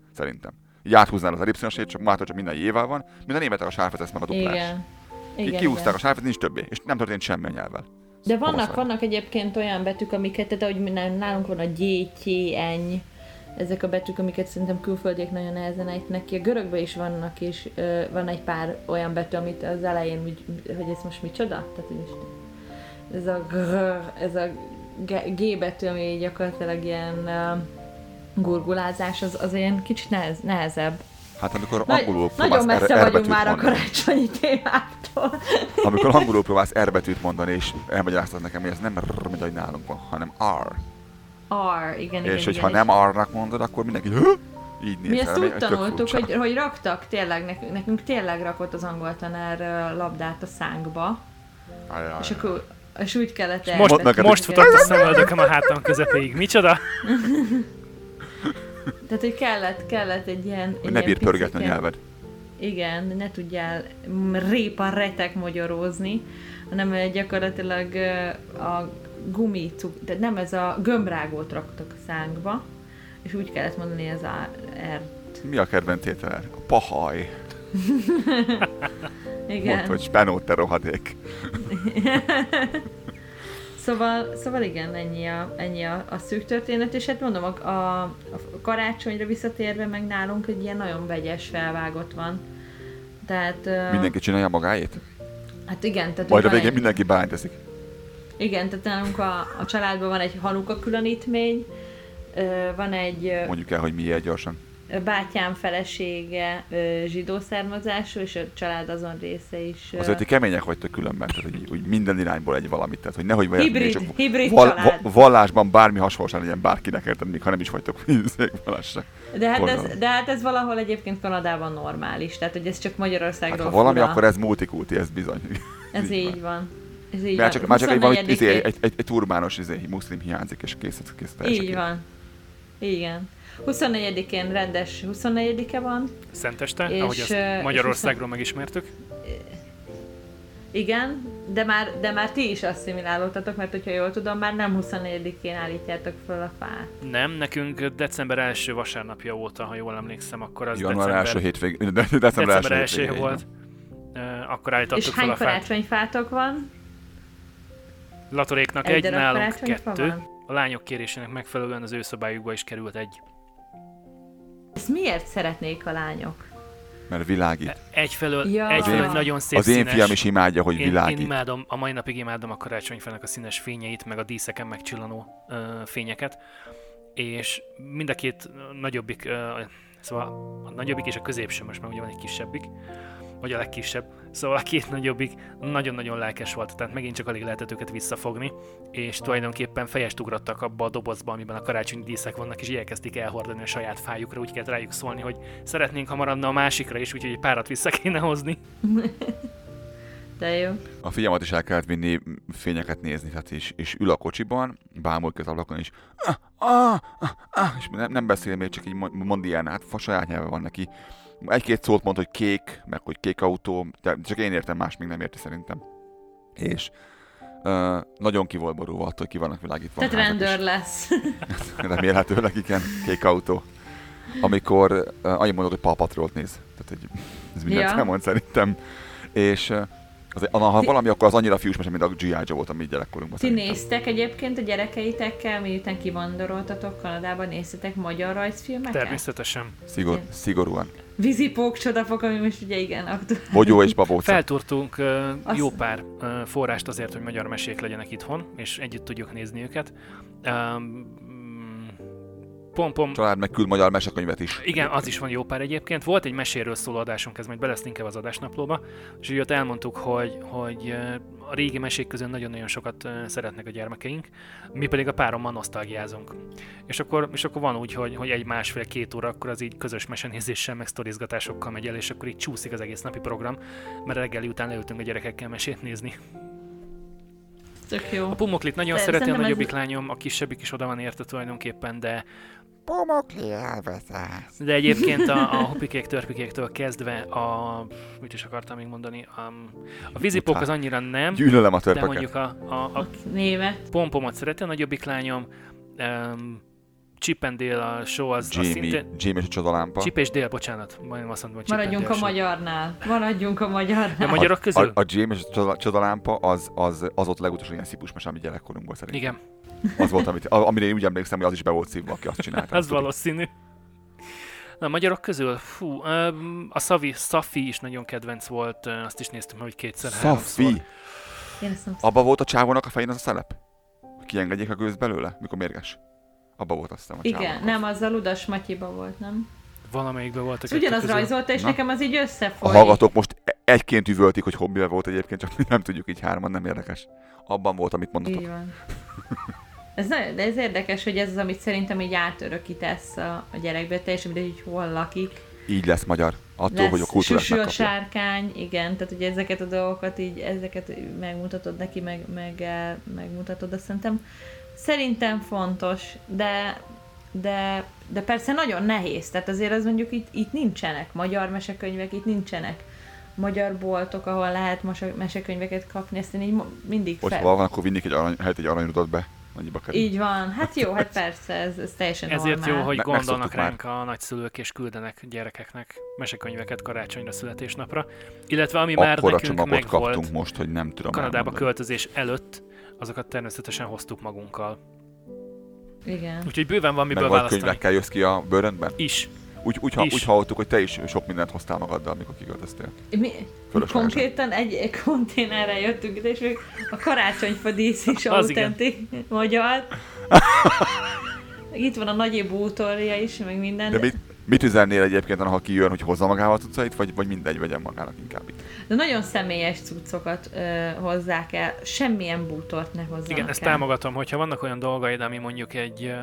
szerintem. Így áthúznál az ellipszínasét, csak mától csak minden jével van, mint a németek a sárfezesz meg a duplás. Igen. Így Igen, kihúzták igen. a sárfezet, nincs többé, és nem történt semmi a nyelvvel. De vannak, Homosság. vannak egyébként olyan betűk, amiket, tehát ahogy nálunk van a G, T, Eny, ezek a betűk, amiket szerintem külföldiek nagyon nehezen ejtenek ki. A görögben is vannak, és ö, van egy pár olyan betű, amit az elején úgy, hogy ez most micsoda? Tehát, hogy ez a grr, ez a G, G betű, ami gyakorlatilag ilyen uh, gurgulázás, az, az ilyen kicsit nehez, nehezebb. Hát amikor Nagy, angolul nagyon próbálsz messze R, R vagyunk betűt már a mondani, karácsonyi témától. amikor angolul próbálsz R betűt mondani, és elmagyaráztad nekem, hogy ez nem R, mint ahogy nálunk van, hanem R. R, igen, igen. És hogyha igen, nem R-nak mondod, akkor mindenki Hö? Így néz. Mi ezt rá, úgy tök tanultuk, furcsa. hogy, hogy raktak tényleg, nekünk, nekünk tényleg rakott az angol tanár ö, labdát a szánkba, Ajaj. és akkor és úgy kellett Most, Mondd elvetni neked, most őket. futott a szemöldököm a hátam közepéig. Micsoda? Tehát, hogy kellett, kellett egy ilyen... Hogy egy ne ilyen bírd pörgetni a picike- nyelved. Igen, ne tudjál mm, répa retek magyarózni, hanem ö, gyakorlatilag ö, a gumi, cuk- tehát nem ez a gömbrágót raktak a szánkba, és úgy kellett mondani az a R. Mi a kedvenc ételed? A pahaj. Igen. Mondd, hogy spenót, te rohadék. Szóval, szóval igen, ennyi a, ennyi a, a szűk történet, és hát mondom, a, a, a karácsonyra visszatérve meg nálunk egy ilyen nagyon vegyes felvágott van. Tehát... ö, Mindenki csinálja magáét? Hát igen, tehát... Majd a van végén egy, mindenki bányt teszik. igen, tehát nálunk a, a családban van egy Hanuka különítmény, ö, van egy ö, Mondjuk el, hogy miért gyorsan. bátyám felesége ö, zsidó származású, és a család azon része is... ö, Azért ti kemények vagytok különben, tehát hogy, hogy minden irányból egy valamit, tehát hogy nehogy vagy Hibrid, és hibrid val, család. va, vallásban bármi hasonlóság legyen bárkinek, érted, még ha nem is vagytok vallásra. De hát, Borzalom. ez, de hát ez valahol egyébként Kanadában normális, tehát hogy ez csak Magyarországról Hát, ha valami, fura. akkor ez multikulti, ez bizony. Ez így van. Ez így Már van. csak, már csak egy, valami, huszonnegyedikén izé, egy, egy, egy turbános izé, muszlim hiányzik, és kész, kész teljesen Így kész. van. Igen. huszonnegyedikén rendes huszonnegyedike van. Szenteste, És, ahogy ezt ö, és Magyarországról megismertük. Igen, de már, de már ti is asszimilálódtatok, mert hogyha jól tudom, már nem huszonnegyedikén állítjátok föl a fát. Nem, nekünk december első vasárnapja óta, ha jól emlékszem, akkor az Január december, első hétvég, de, de, december, december első első hétvégén volt. Ö, akkor állítottuk És fel hány a fát. karácsonyfátok van? Latoréknak Egy egy, darab nálunk karácsonyfa kettő. van? A lányok kérésének megfelelően az ő szobájukba is került egy. Ezt miért szeretnék a lányok? Mert világít. Egyfelől, Ja. egyfelől Az én- nagyon szép Az én színes. fiam is imádja, hogy Én, én világít. imádom, a mai napig imádom a karácsonyfának a színes fényeit, meg a díszeken megcsillanó ö, fényeket, és mind a két nagyobbik, ö, szóval a nagyobbik és a középső, most már ugye van egy kisebbik, vagy a legkisebb, szóval a két nagyobbik nagyon-nagyon lelkes volt, tehát megint csak alig lehetett őket visszafogni, és tulajdonképpen fejest ugrottak abba a dobozba, amiben a karácsonyi díszek vannak, és így elkezdték elhordani a saját fájukra, úgy kellett rájuk szólni, hogy szeretnénk, ha maradna a másikra is, úgyhogy egy párat vissza kéne hozni. De jó. A fiamat is el kellett vinni fényeket nézni, tehát és, és ül a kocsiban, bámul ki az ablakon, és ah, ah, ah, ah, és nem, nem beszél még, csak így mond ilyen át, saját nyelve van neki. Egy-két szót mond, hogy kék, meg hogy kék autó, de csak én értem, más még nem érti szerintem. És uh, nagyon ki volt borulva attól, hogy ki vannak világítva. Tehát a házak is. rendőr lesz. Remélhetőleg igen, kék autó. Amikor uh, annyit mondod, hogy Paw Patrolt néz. Tehát egy, ez mindent Ja. elmond szerintem. És uh, az, ha Ti- valami, akkor az annyira fiús mese, mint a G I. Joe volt, ami gyerekkorunkban Ti szerintem. néztek egyébként a gyerekeitekkel, miután kivándoroltatok Kanadába, néztetek magyar rajzfilmeket? Természetesen. Szigor, Igen. szigorúan. Vízipók, csodafok, ami most ugye igen aktuális. Bogyó és babóca. Feltúrtunk uh, Azt- jó pár uh, forrást azért, hogy magyar mesék legyenek itthon, és együtt tudjuk nézni őket. Um, Pom-pom, Család meg küld magyar mesekönyvet is. igen, az is van jó pár egyébként. Volt egy meséről szóló adásunk, ez majd be lesz linkelve az adásnaplóba, és így ott elmondtuk, hogy, hogy a régi mesék közül nagyon-nagyon sokat szeretnek a gyermekeink, mi pedig a párommal nosztalgiázunk. És akkor, és akkor van úgy, hogy, hogy egy másfél-két óra, akkor az így közös mesenézéssel, meg sztorizgatásokkal megy el, és akkor így csúszik az egész napi program, mert reggeli után leültünk a gyerekekkel mesét nézni. Tök jó. A Pumoklit nagyon De szereti a szerintem ez- nagyobbik lányom, a kisebbik is oda van érte tulajdonképpen, de Pumokli elveszesz. De egyébként a, a hopikék, törpikéktől kezdve a... Mit is akartam még mondani? A, a vízipók az annyira nem, Gyűlölem a de törpöket. mondjuk a, a, a A névet. pompomot szereti a nagyobbik lányom. Um, Chip and Dale a show az, az Jamie, szintén... Jamie és a csodalámpa. Chip és Dale, bocsánat. Majdnem azt mondom, hogy Chip Maradjunk and a Dale magyarnál. Maradjunk a magyarnál. A, a magyarok közül? A, a Jamie és a csoda, csodalámpa az, az, az ott legutolsó ilyen szipusmese, ami gyerekkorunkból szerintem. Igen. Az volt, amit, amire én úgy emlékszem, hogy az is be volt szívva, aki azt csinálta. Az valószínű. Na, a magyarok közül, fú, a Szavi, Szafi is nagyon kedvenc volt, azt is néztem, hogy kétszer, Szafi! Hiszem... Abba volt a csávónak a fején az a szelep? Kiengedjék a gőzt belőle, mikor mérges? Abba volt azt hiszem a csávónak. Igen, nem, az a Ludas Matyiba volt, nem? Valamelyikben voltak. Ugyanaz rajzolta, és Na. nekem az így összefoly. A hallgatók most egyként üvöltik, hogy hobbivel volt egyébként, csak mi nem tudjuk így hárman, nem érdekes. Abban volt, amit mondatok. Így van. Ez, nagyon, de ez érdekes, hogy ez az, amit szerintem így átörökítesz a, a gyerekbe, teljesen mindegy, hogy hol lakik. Így lesz magyar. Attól, Lesz hogy a kultúrát süsű a megkapja. sárkány, igen, tehát hogy ezeket a dolgokat így, ezeket megmutatod neki, meg, meg megmutatod, azt szerintem szerintem fontos, de, de, de persze nagyon nehéz, tehát azért az mondjuk itt, itt nincsenek magyar mesekönyvek, itt nincsenek magyar boltok, ahol lehet mesekönyveket kapni, ezt én így mindig fel... Hogyha van, akkor vinnék egy arany, helyett egy aranyrudat be. Annyiba kerül. Így van, hát jó, hát persze, ez, ez teljesen Ezért normál. jó, hogy Me- gondolnak megszoktuk ránk a nagyszülők, és küldenek gyerekeknek mesekönyveket karácsonyra, születésnapra. Illetve ami már Akkora nekünk csomagot megvolt kaptunk most, hogy nem tudom Kanadába elmondani. költözés előtt, azokat természetesen hoztuk magunkkal. Igen. Úgyhogy bőven van miből Meg vagy választani. könyvekkel jössz ki a bőröndben? Is. Úgy, úgy, ha, Is. úgy hallottuk, hogy te is sok mindent hoztál magaddal, amikor kiköltöztél. Mi, Fölöslegesen. konkrétan egy konténerrel jöttünk ide, és még a karácsonyfa dísz is Az autentik magyar. Itt van a nagyi bútorja is, meg minden. De mit, mit üzennél egyébként, ha kijön, hogy hozza magával a cuccait, vagy, vagy mindegy, vegyen magának inkább itt? De nagyon személyes cuccokat ö, hozzák el, semmilyen bútort ne hozzanak Igen, ezt el. támogatom, hogyha vannak olyan dolgaid, ami mondjuk egy... Uh,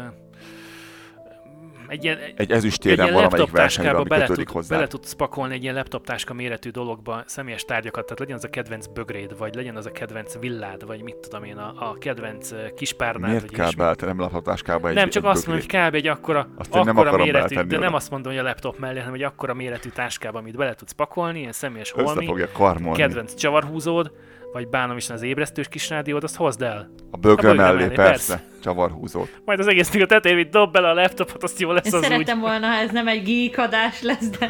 egy ilyen, Egy ezüstéren ilyen valamelyik versenyre, laptoptáskába ami bele, kötődik tud, hozzá. bele tudsz pakolni egy ilyen laptoptáska méretű dologba személyes tárgyakat, tehát legyen az a kedvenc bögréd, vagy legyen az a kedvenc villád, vagy mit tudom én, a, a kedvenc kispárnád. Miért vagy kell ilyesmi. beletennem laptoptáskába egy Nem, csak egy azt mondom, hogy kb. Egy akkora, Azt én nem akkora akarom méretű, beletenni de oda. nem azt mondom, hogy a laptop mellé, hanem egy akkora méretű táskába, amit bele tudsz pakolni, ilyen személyes holmi, Össze fogja karmolni. kedvenc csavarhúzód, vagy bánom is az ébresztős kis rádiót, azt hozd el. A bögre A bögre mellé, mellé, persze. persze. Csavarhúzót. Majd az egész még a tetején, hogy dob bele a laptopot, azt jó lesz Én az szerettem úgy. volna, ha ez nem egy geek adás lesz, de,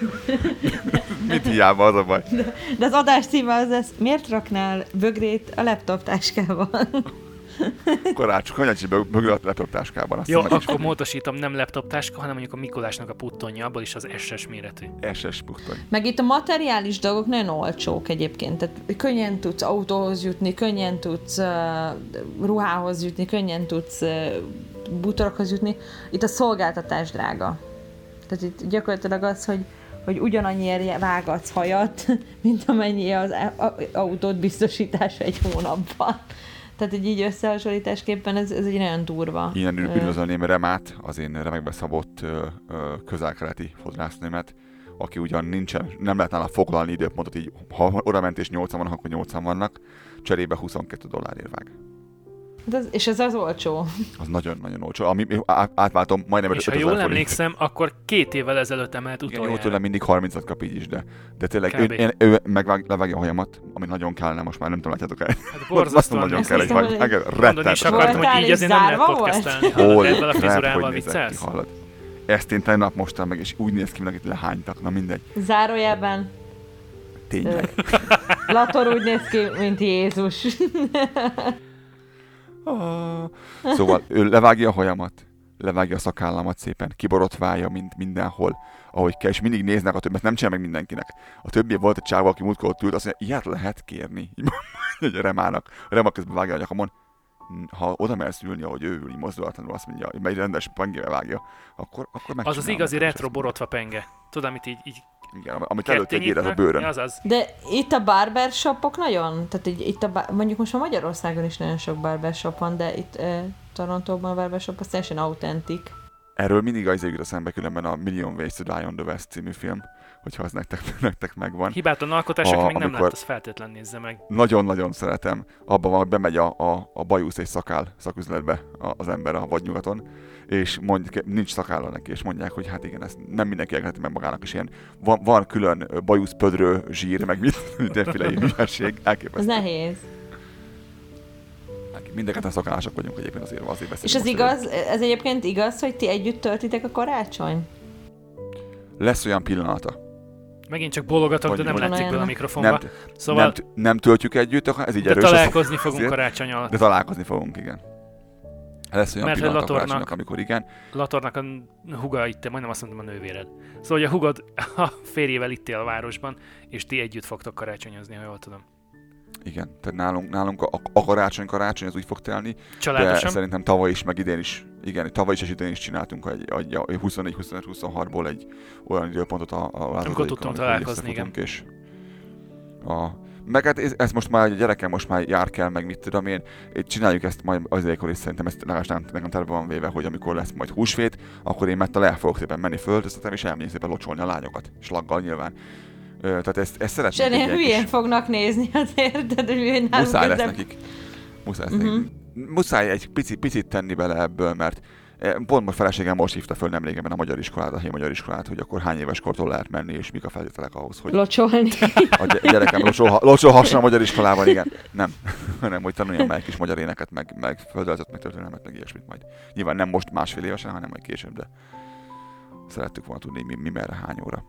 Mit hiába, az a baj. de az adás címe az lesz, miért raknál bögrét a laptop táskában? Karácsony, konyacsi bögre a laptoptáskában. Azt Jó, hiszem, meg is akkor módosítom, nem laptop táska, hanem mondjuk a Mikulásnak a puttonja, abból is az es es méretű. es es puttony. Meg itt a materiális dolgok nagyon olcsók egyébként, tehát könnyen tudsz autóhoz jutni, könnyen tudsz uh, ruhához jutni, könnyen tudsz uh, bútorokhoz jutni. Itt a szolgáltatás drága. Tehát itt gyakorlatilag az, hogy, hogy ugyanannyiért vágatsz hajat, mint amennyi az autót biztosítása egy hónapban. Tehát egy így összehasonlításképpen ez, ez egy nagyon durva. Innen üdvözölném Remát, az én remekbe szabott ö, ö, közel-keleti fodrásznőmet, aki ugyan nincsen, nem lehet nála foglalni időpontot, így ha oda ment és nyolcan vannak, akkor nyolcan vannak, cserébe huszonkettő dollárért vág. De az, és ez az olcsó. Az nagyon-nagyon olcsó. Ami, át, átváltom, majdnem És ha ötezer jól forint. emlékszem, akkor két évvel ezelőtt emelt Igen, jó, utoljára. tőlem mindig harmincat kap így is, de, de tényleg Kb. ő, én, ő megvág, levágja a hajamat, ami nagyon kellene most már, nem tudom, látjátok el. Hát borzasztóan. nagyon Ezt kell egy hiszem, vág, hogy- meg Mondani is rettent. akartam, Voltál hogy így is azért nem lehet zárva volt? podcastelni. Hallod, Hol, ebben a crap, frizurával hogy nézett ki, viccelsz? hallod. Ezt én tegnap mostam meg, és úgy néz ki, mint akit lehánytak, na mindegy. Zárójelben Tényleg. Lator úgy néz ki, mint Jézus. Ah. Szóval ő levágja a hajamat, levágja a szakállamat szépen, kiborotválja mind, mindenhol, ahogy kell, és mindig néznek a többet, nem csinál meg mindenkinek. A többi volt egy csávó, aki múltkor ott ült, azt mondja, ilyet lehet kérni. Így mondja a Remának. A Rema közben vágja a nyakamon. Ha oda mersz ülni, ahogy ő ül, így mozdulatlanul, azt mondja, hogy egy rendes pengével vágja, akkor, akkor Az az megcsinálom igazi nekem is retro ezt. borotva penge. Tudod, amit így, így Igen, amit előtt ketté érez a nyitnak? bőrön. Ja, azaz. De itt a barbershopok nagyon, tehát így, itt a, bá- mondjuk most már Magyarországon is nagyon sok barbershop van, de itt eh, Torontóban a barbershop az teljesen autentik. Erről mindig az jut eszembe különben a Million Ways to Die on the West című film, hogyha az nektek, nektek megvan. Hibátlan alkotás, aki A- még nem amikor- lát, az feltétlen nézze meg. Nagyon-nagyon szeretem. Abban van, hogy bemegy a, a, a bajusz és szakál szaküzletbe a- az ember a vadnyugaton, és mondjuk, nincs szakálla neki, és mondják, hogy hát igen, ezt nem mindenki elheti meg magának, és ilyen van, van külön bajusz, pödrő, zsír, meg mit, mindenféle hülyeség. Ez Elképesztő. nehéz. Elképesztő. Mindeket a szakállasok vagyunk egyébként, azért azért beszélünk. És ez igaz, ez egyébként igaz, hogy ti együtt töltitek a karácsony? Lesz olyan pillanata. Megint csak bólogatok, Hogy de nem mondjam. látszik Olyan. bele a mikrofonba. Nem, Szóval, nem, nem töltjük együtt, ez így de erős. találkozni fogunk azért, karácsony alatt. De találkozni fogunk, igen. Lesz olyan Mert pillanat a Latornak- karácsonynak, amikor igen. Latornak a huga itt, majdnem azt mondtam a nővéred. Szóval, hogy a hugod a férjével itt él a városban, és ti együtt fogtok karácsonyozni, ha jól tudom. Igen, tehát nálunk, nálunk a, a karácsony karácsony az úgy fog telni, de Családosan? szerintem tavaly is, meg idén is, igen, tavaly is és idén is csináltunk egy, egy, egy huszonnégy huszonöt huszonhatból egy olyan időpontot a, a Amikor tudtunk találkozni, igen. És a, meg hát ez, ez most már, a gyerekem most már jár kell, meg mit tudom én, csináljuk ezt majd azért, és szerintem ezt legalábbis nem, nekem terve van véve, hogy amikor lesz majd húsvét, akkor én mert el fogok szépen menni földöztetem, és elmegyek szépen locsolni a lányokat, slaggal nyilván. Ö, tehát ezt, ezt És szeretnék. ennél hülyén fognak nézni azért, de hogy nálunk Muszáj lesz ez nekik. Muszáj, lesz Mhm. nekik. Muszáj egy picit, picit tenni bele ebből, mert pont a feleségem most hívta föl nemrégebben a magyar iskolát, a helyi magyar iskolát, hogy akkor hány éves kortól lehet menni, és mik a feltételek ahhoz, hogy locsolni. a gy- gyerekem locsolha, locsolhasson a magyar iskolában, igen. Nem, hanem hogy tanuljam meg egy kis magyar éneket, meg, meg földrajzot, meg történelmet, meg ilyesmit majd. Nyilván nem most másfél évesen, hanem majd később, de szerettük volna tudni, mi, mi merre, hány óra.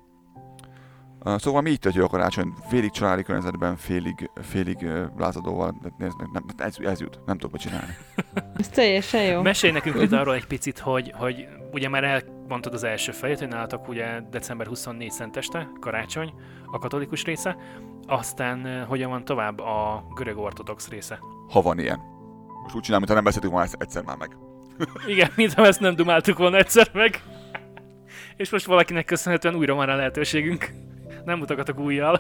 Uh, szóval mi így töltjük a karácsony, félig családi környezetben, félig, félig uh, lázadóval, de nézd meg, nem, ez, ez jut, nem tudok mit csinálni. Ez teljesen jó. Mesélj nekünk itt arról egy picit, hogy, hogy ugye már elmondtad az első fejét, hogy nálatok ugye december huszonnégy szenteste, karácsony, a katolikus része, aztán uh, hogyan van tovább a görög ortodox része? Ha van ilyen. Most úgy csinálom, mintha nem beszéltünk volna ezt egyszer már meg. Igen, mintha ezt nem dumáltuk volna egyszer meg. És most valakinek köszönhetően újra van rá lehetőségünk. Nem mutogatok újjal.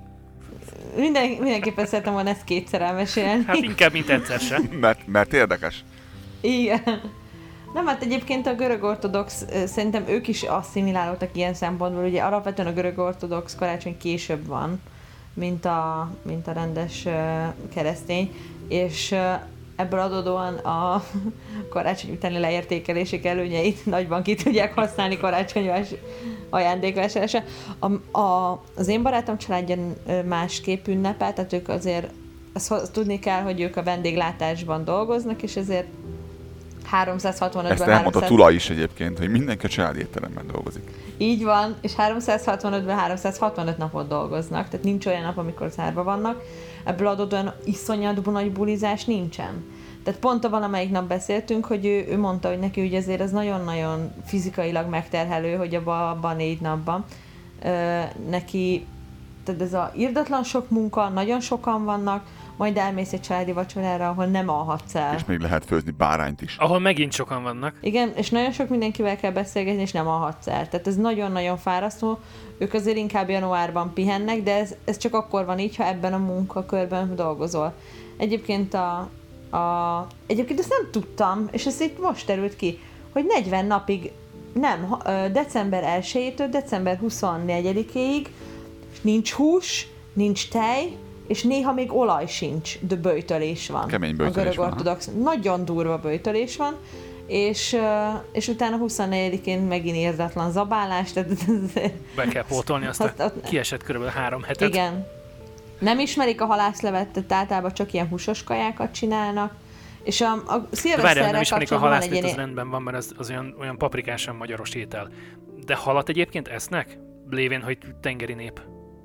Minden, mindenképpen szeretem volna ezt kétszer elmesélni. Hát inkább, mint egyszer se. Mert, mert érdekes. Igen. Nem, hát egyébként a görög ortodox, ö, szerintem ők is asszimilálódtak ilyen szempontból, ugye alapvetően a görög ortodox karácsony később van, mint a, mint a rendes ö, keresztény, és ö, ebből adódóan a karácsony utáni leértékelések előnyeit nagyban ki tudják használni karácsonyos ajándékvásárlásra. A, a, az én barátom családja másképp ünnepel, tehát ők azért azt tudni kell, hogy ők a vendéglátásban dolgoznak, és ezért háromszázhatvanötből Ezt elmondta háromszáz... Tula is egyébként, hogy mindenki a családi étteremben dolgozik. Így van, és háromszázhatvanötből háromszázhatvanöt napot dolgoznak, tehát nincs olyan nap, amikor zárva vannak. Ebből adódóan iszonyat nagy bulizás nincsen. Tehát pont a valamelyik nap beszéltünk, hogy ő, ő mondta, hogy neki ugye azért ez nagyon-nagyon fizikailag megterhelő, hogy abban abba a négy napban ö, neki, tehát ez a irdatlan sok munka, nagyon sokan vannak, majd elmész egy családi vacsorára, ahol nem alhatsz el. És még lehet főzni bárányt is. Ahol megint sokan vannak. Igen, és nagyon sok mindenkivel kell beszélgetni, és nem alhatsz el. Tehát ez nagyon-nagyon fárasztó. Ők azért inkább januárban pihennek, de ez, ez csak akkor van így, ha ebben a munkakörben dolgozol. Egyébként a, a egyébként ezt nem tudtam, és ez itt most terült ki, hogy negyven napig, nem, december elsejétől december huszonnegyedikéig nincs hús, nincs tej, és néha még olaj sincs, de böjtölés van. Kemény A böjtölés görög van, ortodox. Nagyon durva böjtölés van, és, és utána huszonnegyedikén megint érzetlen zabálás. Tehát Be kell pótolni azt Azt- a azt- kiesett körülbelül három hetet. igen. Nem ismerik a halászlevet, tehát általában csak ilyen húsos kajákat csinálnak. És a, a De várjál, nem szilveszterrel ismerik a kapcsolatban van egy halászlét, az ilyen... rendben van, mert az, az olyan, olyan paprikásan magyaros étel. De halat egyébként esznek? Lévén, hogy tengeri nép.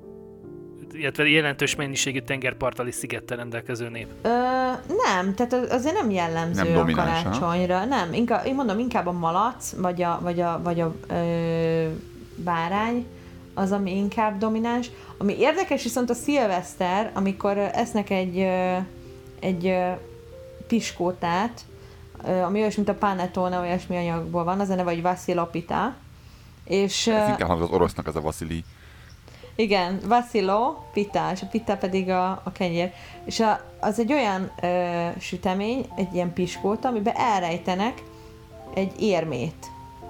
Illetve jelentős mennyiségű tengerparttali szigettel rendelkező nép. Ö, nem, tehát az- azért nem jellemző Nem a domináns, karácsonyra. Nem, inkább, én mondom, inkább a malac, vagy a, vagy a, vagy a ö, bárány, az, ami inkább domináns. Ami érdekes viszont a szilveszter, amikor ö, esznek egy, ö, egy ö, piskótát, ö, ami olyas, mint a panettone, olyasmi anyagból van, az a neve, hogy vasilopita. És, Ez ö, inkább hangzott az orosznak, ez a Vasili. igen, Vasilo, pita, és a pita pedig a, a kenyér. És a, az egy olyan ö, sütemény, egy ilyen piskóta, amiben elrejtenek egy érmét.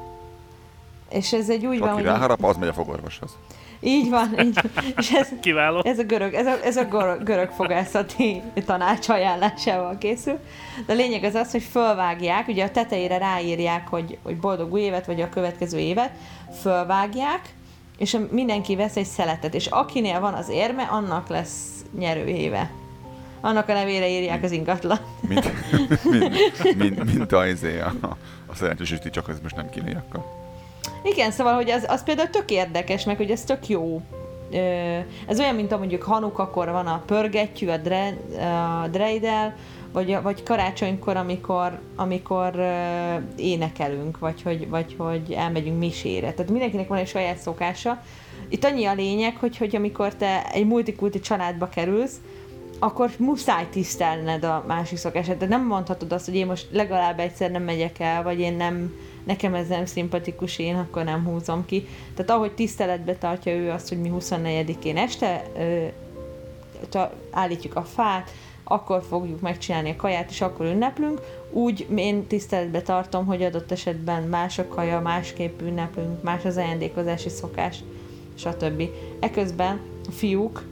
És ez egy úgy van, Aki hogy... ráharap, az megy a fogorvoshoz. Így van, így van. És ez, Kiváló. ez a görög, ez a, ez a görög, görög fogászati tanács ajánlásával készül. De a lényeg az az, hogy fölvágják, ugye a tetejére ráírják, hogy, hogy boldog új évet, vagy a következő évet, fölvágják, és mindenki vesz egy szeletet, és akinél van az érme, annak lesz nyerő éve. annak a nevére írják az ingatlan. Mint, mint, mint, mint a, a, a szerencsés üsti, csak ez most nem kínaiakkal. Igen, szóval, hogy az, az például tök érdekes, meg hogy ez tök jó. Ez olyan, mint a mondjuk Hanukakor van a pörgettyű, a, dre, a dreidel, vagy, vagy karácsonykor, amikor, amikor uh, énekelünk, vagy hogy, vagy hogy elmegyünk misére. Tehát mindenkinek van egy saját szokása. Itt annyi a lényeg, hogy, hogy amikor te egy multikulti családba kerülsz, akkor muszáj tisztelned a másik szokását. De nem mondhatod azt, hogy én most legalább egyszer nem megyek el, vagy én nem, nekem ez nem szimpatikus, én akkor nem húzom ki. Tehát ahogy tiszteletbe tartja ő azt, hogy mi huszonnegyedikén este ö, ta, állítjuk a fát, akkor fogjuk megcsinálni a kaját, és akkor ünneplünk. Úgy én tiszteletbe tartom, hogy adott esetben más a kaja, másképp ünneplünk, más az ajándékozási szokás, stb. Eközben a fiúk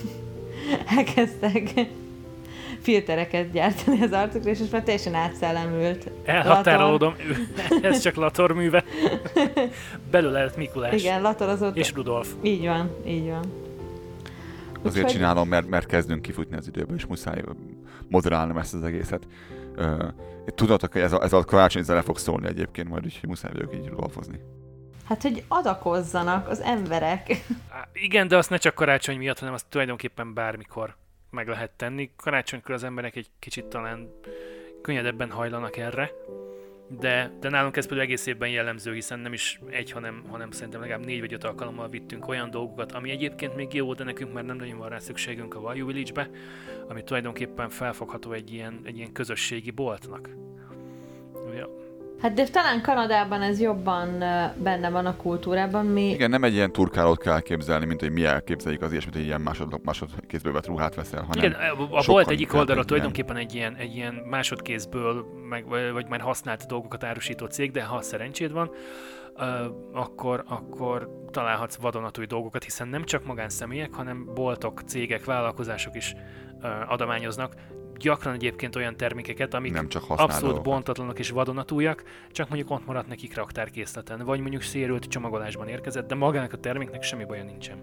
elkezdtek filtereket gyártani az arcukra, és most már teljesen átszellemült. Elhatárolódom, ez csak Lator műve. Belőle lett Mikulás. Igen, Latorozott. És Rudolf. Így van, így van. Azért Úgyhogy... csinálom, mert, mert kezdünk kifutni az időből, és muszáj moderálnom ezt az egészet. Uh, Tudod, hogy ez a, ez a karácsony zene fog szólni egyébként majd, úgyhogy muszáj vagyok így Rudolfozni. Hát, hogy adakozzanak az emberek. Igen, de azt ne csak karácsony miatt, hanem azt tulajdonképpen bármikor meg lehet tenni. Karácsonykor az emberek egy kicsit talán könnyedebben hajlanak erre, de, de nálunk ez például egész évben jellemző, hiszen nem is egy, hanem, hanem szerintem legalább négy vagy öt alkalommal vittünk olyan dolgokat, ami egyébként még jó, de nekünk már nem nagyon van rá szükségünk a Value Village-be, ami tulajdonképpen felfogható egy ilyen, egy ilyen közösségi boltnak. Ja. Hát de talán Kanadában ez jobban benne van a kultúrában. Mi... Igen, nem egy ilyen turkálót kell elképzelni, mint hogy mi elképzeljük az ilyesmit, hogy ilyen másod, másodkézből vett ruhát veszel, hanem igen, a bolt egyik oldalra tulajdonképpen egy ilyen, egy ilyen másodkézből, meg, vagy már használt dolgokat árusító cég, de ha szerencséd van, uh, akkor, akkor találhatsz vadonatúj dolgokat, hiszen nem csak magánszemélyek, hanem boltok, cégek, vállalkozások is uh, adományoznak. Gyakran egyébként olyan termékeket, amik abszolút dolgokat. Bontatlanok és vadonatújak, csak mondjuk ott maradt nekik raktárkészleten, vagy mondjuk szérült csomagolásban érkezett, de magának a terméknek semmi baja nincsen.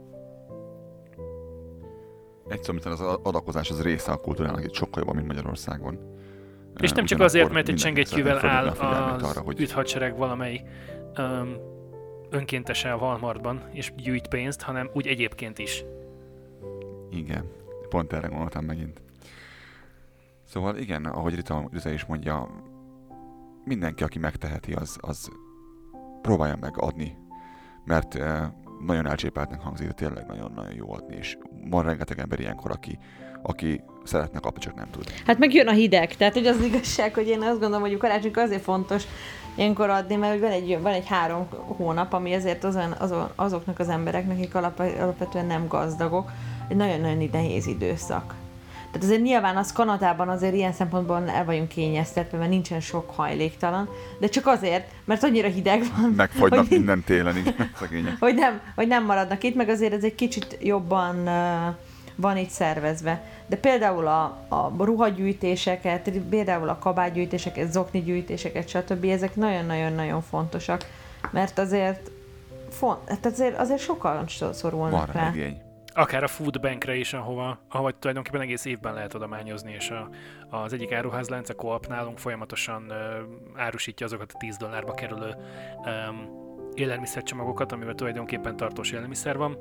Egyszerűen az adakozás az része a kultúrának, itt sokkal jobban, mint Magyarországon. És nem csak azért, mert egy csengettyűvel áll az arra, hogy... üthadsereg valamely um, önkéntesen a Walmartban, és gyűjt pénzt, hanem úgy egyébként is. Igen, pont erre gondoltam megint. Szóval igen, ahogy Rita, Rita is mondja, mindenki, aki megteheti, az, az próbálja meg adni, mert eh, nagyon elcsépeltnek hangzik, de tényleg nagyon-nagyon jó adni, és van rengeteg ember ilyenkor, aki, aki szeretne kapni, csak nem tud. Hát meg jön a hideg, tehát hogy az igazság, hogy én azt gondolom, hogy a karácsonykor azért fontos ilyenkor adni, mert van egy, van egy három hónap, ami azért azon, azon, azoknak az embereknek, akik alap, alapvetően nem gazdagok, egy nagyon-nagyon nehéz időszak. Tehát azért nyilván az Kanadában azért ilyen szempontból el vagyunk kényeztetve, mert nincsen sok hajléktalan, de csak azért, mert annyira hideg van. Megfagynak hogy, minden télen is, szegények. Hogy nem, hogy nem maradnak itt, meg azért ez egy kicsit jobban uh, van itt szervezve. De például a, a ruhagyűjtéseket, például a kabátgyűjtéseket, zoknigyűjtéseket, stb. Ezek nagyon-nagyon-nagyon fontosak, mert azért, font, hát azért, azért sokan szorulnak rá. Igény. Akár a Foodbankre is, ahova, ahova tulajdonképpen egész évben lehet adományozni, és a, az egyik áruházlánc, a Coop nálunk folyamatosan uh, árusítja azokat a tíz dollárba kerülő um, élelmiszercsomagokat, amivel tulajdonképpen tartós élelmiszer van,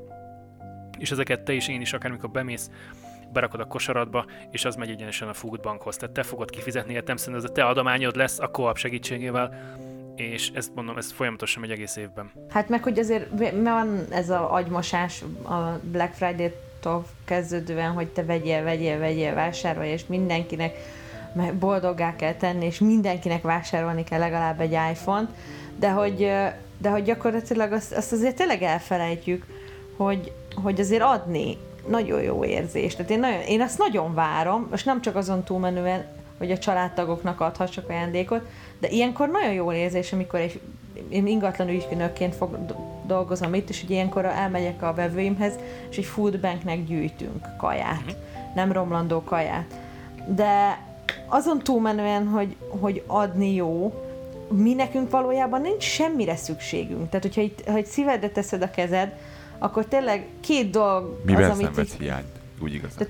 és ezeket te is, én is, akármikor bemész, berakod a kosaradba, és az megy egyenesen a Foodbankhoz. Tehát te fogod kifizetni, hát nem szerintem ez a te adományod lesz a Coop segítségével, és ezt mondom, ez folyamatosan megy egész évben. Hát meg, hogy azért van ez az agymosás a Black Friday-tól kezdődően, hogy te vegyél, vegyél, vegyél, vásárolj, és mindenkinek boldoggá kell tenni, és mindenkinek vásárolni kell legalább egy iPhone-t, de hogy, de hogy gyakorlatilag azt, azt azért tényleg elfelejtjük, hogy, hogy azért adni nagyon jó érzés. Tehát én, nagyon, én azt nagyon várom, és nem csak azon túlmenően, hogy a családtagoknak adhassak ajándékot, de ilyenkor nagyon jó érzés, amikor egy, én ingatlan ügynökként fog, dolgozom itt, és hogy ilyenkor elmegyek a vevőimhez, és egy foodbanknek gyűjtünk kaját, uh-huh. nem romlandó kaját. De azon túlmenően, hogy, hogy adni jó, mi nekünk valójában nincs semmire szükségünk. Tehát, hogyha itt, ha egy szívedre teszed a kezed, akkor tényleg két dolog miben az, amit... Miben szenvedsz hiányt? Úgy igazán. Tehát,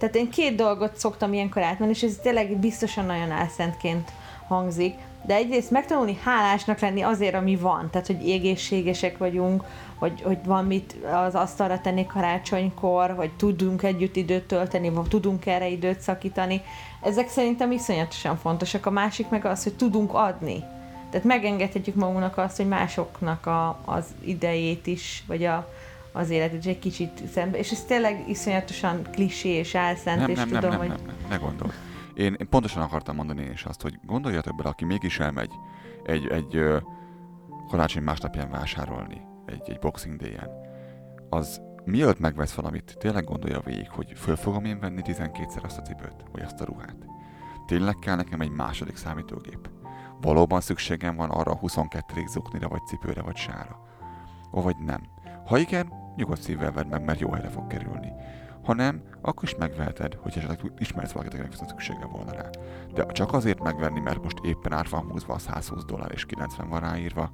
Tehát én két dolgot szoktam ilyenkor átmenni, és ez tényleg biztosan nagyon álszentként hangzik, de egyrészt megtanulni hálásnak lenni azért, ami van, tehát hogy egészségesek vagyunk, hogy, hogy van mit az asztalra tenni karácsonykor, hogy tudunk együtt időt tölteni, vagy tudunk erre időt szakítani. Ezek szerintem iszonyatosan fontosak. A másik meg az, hogy tudunk adni. Tehát megengedhetjük magunknak azt, hogy másoknak a, az idejét is, vagy a, az életét is egy kicsit szembe. És ez tényleg iszonyatosan klisé és álszent, nem, és nem, tudom, nem, nem, hogy... nem, nem, ne gondold. Én, én pontosan akartam mondani én is azt, hogy gondoljatok bele, aki mégis elmegy egy, egy ö, karácsony másnapján vásárolni, egy, egy Boxing Day-en, az mielőtt megvesz valamit, tényleg gondolja végig, hogy föl fogom én venni tizenkétszer azt a cipőt, vagy azt a ruhát. Tényleg kell nekem egy második számítógép. Valóban szükségem van arra a huszonkettedik zoknira, vagy cipőre, vagy sára. Ó, vagy nem. Ha igen, nyugodt szívvel vedd meg, mert jó helyre fog kerülni. Ha nem, akkor is megveheted, hogy esetleg ismersz valakit, akinek viszont szüksége volna rá. De csak azért megvenni, mert most éppen át van húzva a százhúsz dollár és kilencven van ráírva,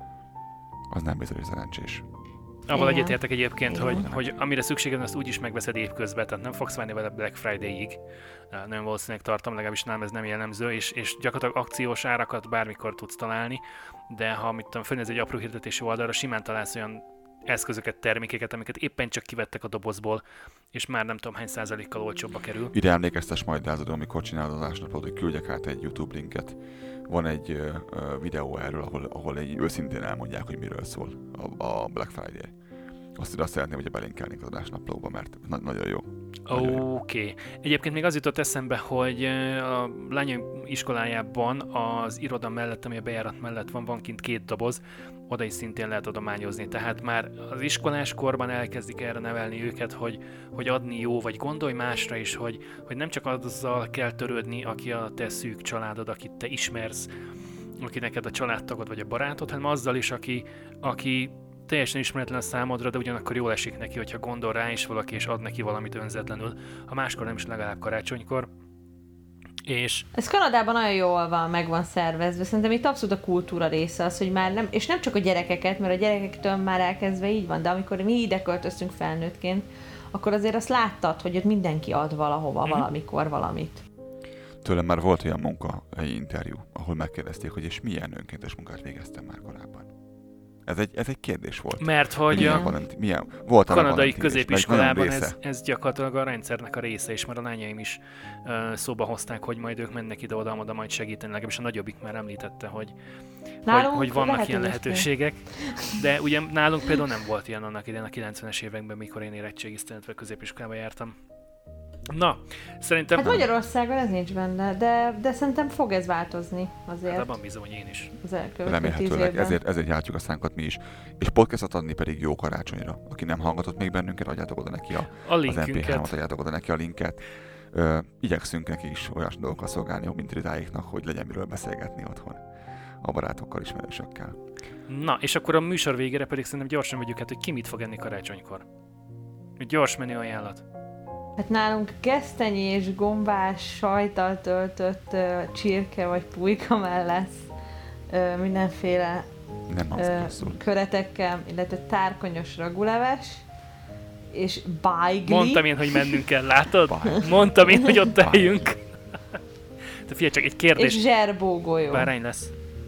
az nem bizony szerencsés. Abban egyetértek egyébként, hogy, hogy amire szükséged van, azt úgyis megveszed évközben, tehát nem fogsz várni vele Black Friday-ig. Nem valószínűleg tartom, legalábbis nálam ez nem jellemző, és, és gyakorlatilag akciós árakat bármikor tudsz találni, de ha mit tudom, fölnéz egy apró hirdetési oldalra, simán találsz olyan eszközöket, termékeket, amiket éppen csak kivettek a dobozból, és már nem tudom hány százalékkal olcsóbba kerül. Ide emlékeztes majd Lázadó, amikor csinálod az ásnapot, hogy küldjek át egy YouTube linket. Van egy uh, uh, videó erről, ahol, ahol egy őszintén elmondják, hogy miről szól a, a Black Friday. Azt azt szeretném, hogy belinkelnék az adásnaplóba, mert na- nagyon jó. Oké. Okay. Egyébként még az jutott eszembe, hogy a lányom iskolájában az iroda mellett, ami a bejárat mellett van, van kint két doboz, oda is szintén lehet adományozni. Tehát már az iskolás korban elkezdik erre nevelni őket, hogy, hogy adni jó, vagy gondolj másra is, hogy, hogy nem csak azzal kell törődni, aki a te szűk családod, akit te ismersz, aki neked a családtagod vagy a barátod, hanem azzal is, aki, aki teljesen ismeretlen a számodra, de ugyanakkor jól esik neki, hogyha gondol rá is valaki, és ad neki valamit önzetlenül, ha máskor nem is legalább karácsonykor. És... Ez Kanadában nagyon jól van, meg van szervezve. Szerintem itt abszolút a kultúra része az, hogy már nem, és nem csak a gyerekeket, mert a gyerekektől már elkezdve így van, de amikor mi ide költöztünk felnőttként, akkor azért azt láttad, hogy ott mindenki ad valahova, mm-hmm. valamikor valamit. Tőlem már volt olyan munka, egy interjú, ahol megkérdezték, hogy és milyen önkéntes munkát végeztem már korábban. Ez egy, ez egy kérdés volt. Mert hogy milyen a valenti, milyen, volt kanadai középiskolában ez, ez gyakorlatilag a rendszernek a része, és már a lányaim is uh, szóba hozták, hogy majd ők mennek ide-oda, oda majd segíteni, legalábbis a nagyobbik már említette, hogy, hogy, hogy vannak ilyen lehetőségek. De ugye nálunk például nem volt ilyen annak idején a kilencvenes években, mikor én érettségiztem, illetve középiskolába jártam. Na, szerintem... Hát Magyarországon ez nincs benne, de, de szerintem fog ez változni azért. Hát abban bízom, hogy én is. Remélhetőleg, ezért, ezért játjuk a szánkat mi is. És podcastot adni pedig jó karácsonyra. Aki nem hallgatott még bennünket, adjátok oda neki a, a az em pé hármat, adjátok oda neki a linket. Ö, igyekszünk neki is olyan dolgokkal szolgálni, mint ridáiknak, hogy legyen miről beszélgetni otthon a barátokkal, ismerősökkel. Na, és akkor a műsor végére pedig szerintem gyorsan vegyük át, hogy ki mit fog enni karácsonykor. Egy gyors menü ajánlat. Hát nálunk gesztenyés, gombás, sajttal töltött uh, csirke vagy pulyka mellett uh, mindenféle Nem uh, köretekkel, illetve tárkonyos raguleves, és bájgli. Mondtam én, hogy mennünk kell, látod? Bájgli. Mondtam én, hogy ott álljunk. Te figyelj, csak egy kérdés. És zserbógolyó. Bárány lesz.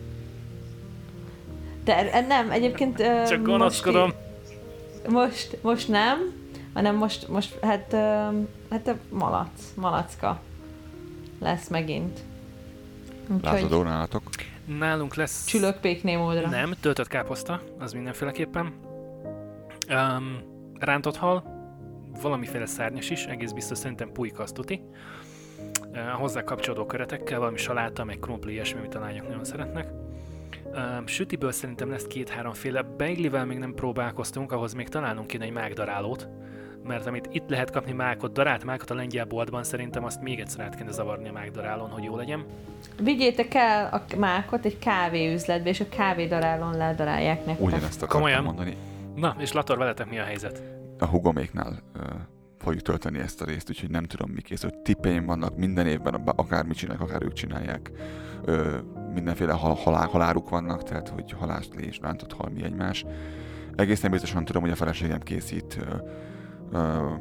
De nem, egyébként... Uh, csak gonoszkodom. Most, most, most nem. hanem most, most hát, uh, hát a malac, malacka lesz megint. Lázadó nálatok? Nálunk lesz... Csülökpékné módra. Nem, töltött káposzta, az mindenféleképpen. Um, rántott hal, valamiféle szárnyas is, egész biztos szerintem pulyka, azt tuti. Uh, hozzá kapcsolódó köretekkel, valami saláta, meg krumpli, ilyesmi, amit a lányok nagyon szeretnek. Um, sütiből szerintem lesz két-háromféle. Beiglivel még nem próbálkoztunk, ahhoz még találnunk kéne egy mákdarálót. Mert amit itt lehet kapni mákot, darált mákot a lengyel boltban, szerintem azt még egyszer át kéne zavarni a mákdarálón, hogy jó legyen. Vigyétek el a mákot egy kávéüzletbe, és a kávédarálón ledarálják nektek. Ugyanezt akartam mondani. Na, és Lator, veletek mi a helyzet? A hugoméknál uh, fogjuk tölteni ezt a részt, úgyhogy nem tudom, mi készült. Tippéim vannak minden évben, akármit csinálják, akár ők csinálják. Uh, mindenféle hal- halál- haláruk vannak, tehát hogy halászlé és rántott hal mi egymás. Egészen biztosan tudom, hogy a feleségem készít uh, Uh,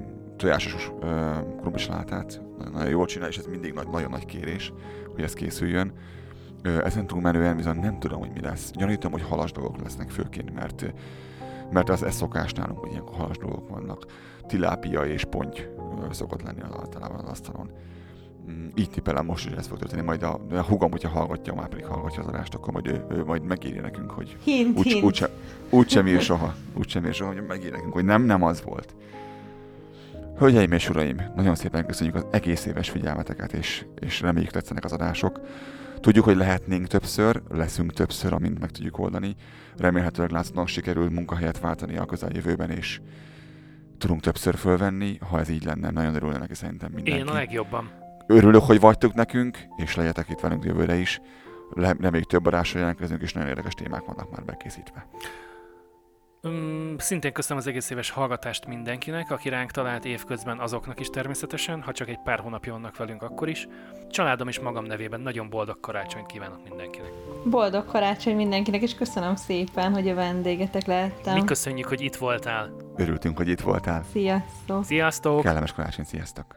tojásos uh, krumplisalátát. Nagyon jól csinál, és ez mindig nagy, nagyon nagy kérés, hogy ez készüljön. Uh, ezen túlmenően viszont nem tudom, hogy mi lesz. Gyanítom, hogy halas dolgok lesznek főként, mert, mert az ez szokás nálunk, hogy ilyen halas dolgok vannak. Tilápia és ponty uh, szokott lenni az általában az asztalon. Mm, így tippelem most is ez fog történni, majd a, a hugom, hogyha hallgatja, már pedig hallgatja az adást, akkor majd ő, ő majd megírja nekünk, hogy hint, úgy, hint. úgy, sem, úgy sem ír soha, úgy sem ír soha, hogy megírja nekünk, hogy nem, nem az volt. Hölgyeim és uraim, nagyon szépen köszönjük az egész éves figyelmeteket, és, és reméljük tetszenek az adások. Tudjuk, hogy lehetnénk többször, leszünk többször, amint meg tudjuk oldani. Remélhetőleg látszólag sikerül munkahelyet váltani a közeljövőben, és tudunk többször fölvenni. Ha ez így lenne, nagyon örülne neki szerintem mindenki. Én a legjobban. Örülök, hogy vagytok nekünk, és legyetek itt velünk jövőre is. Reméljük több adásra jelentkezünk, és nagyon érdekes témák vannak már bekészítve. Um, szintén köszönöm az egész éves hallgatást mindenkinek, aki ránk talált évközben, azoknak is természetesen, ha csak egy pár hónapja vannak velünk, akkor is. Családom és magam nevében nagyon boldog karácsonyt kívánok mindenkinek. Boldog karácsony mindenkinek, és köszönöm szépen, hogy a vendégetek lehettem. Mi köszönjük, hogy itt voltál. Örültünk, hogy itt voltál. Sziasztok! Sziasztok! Kellemes karácsony, sziasztok!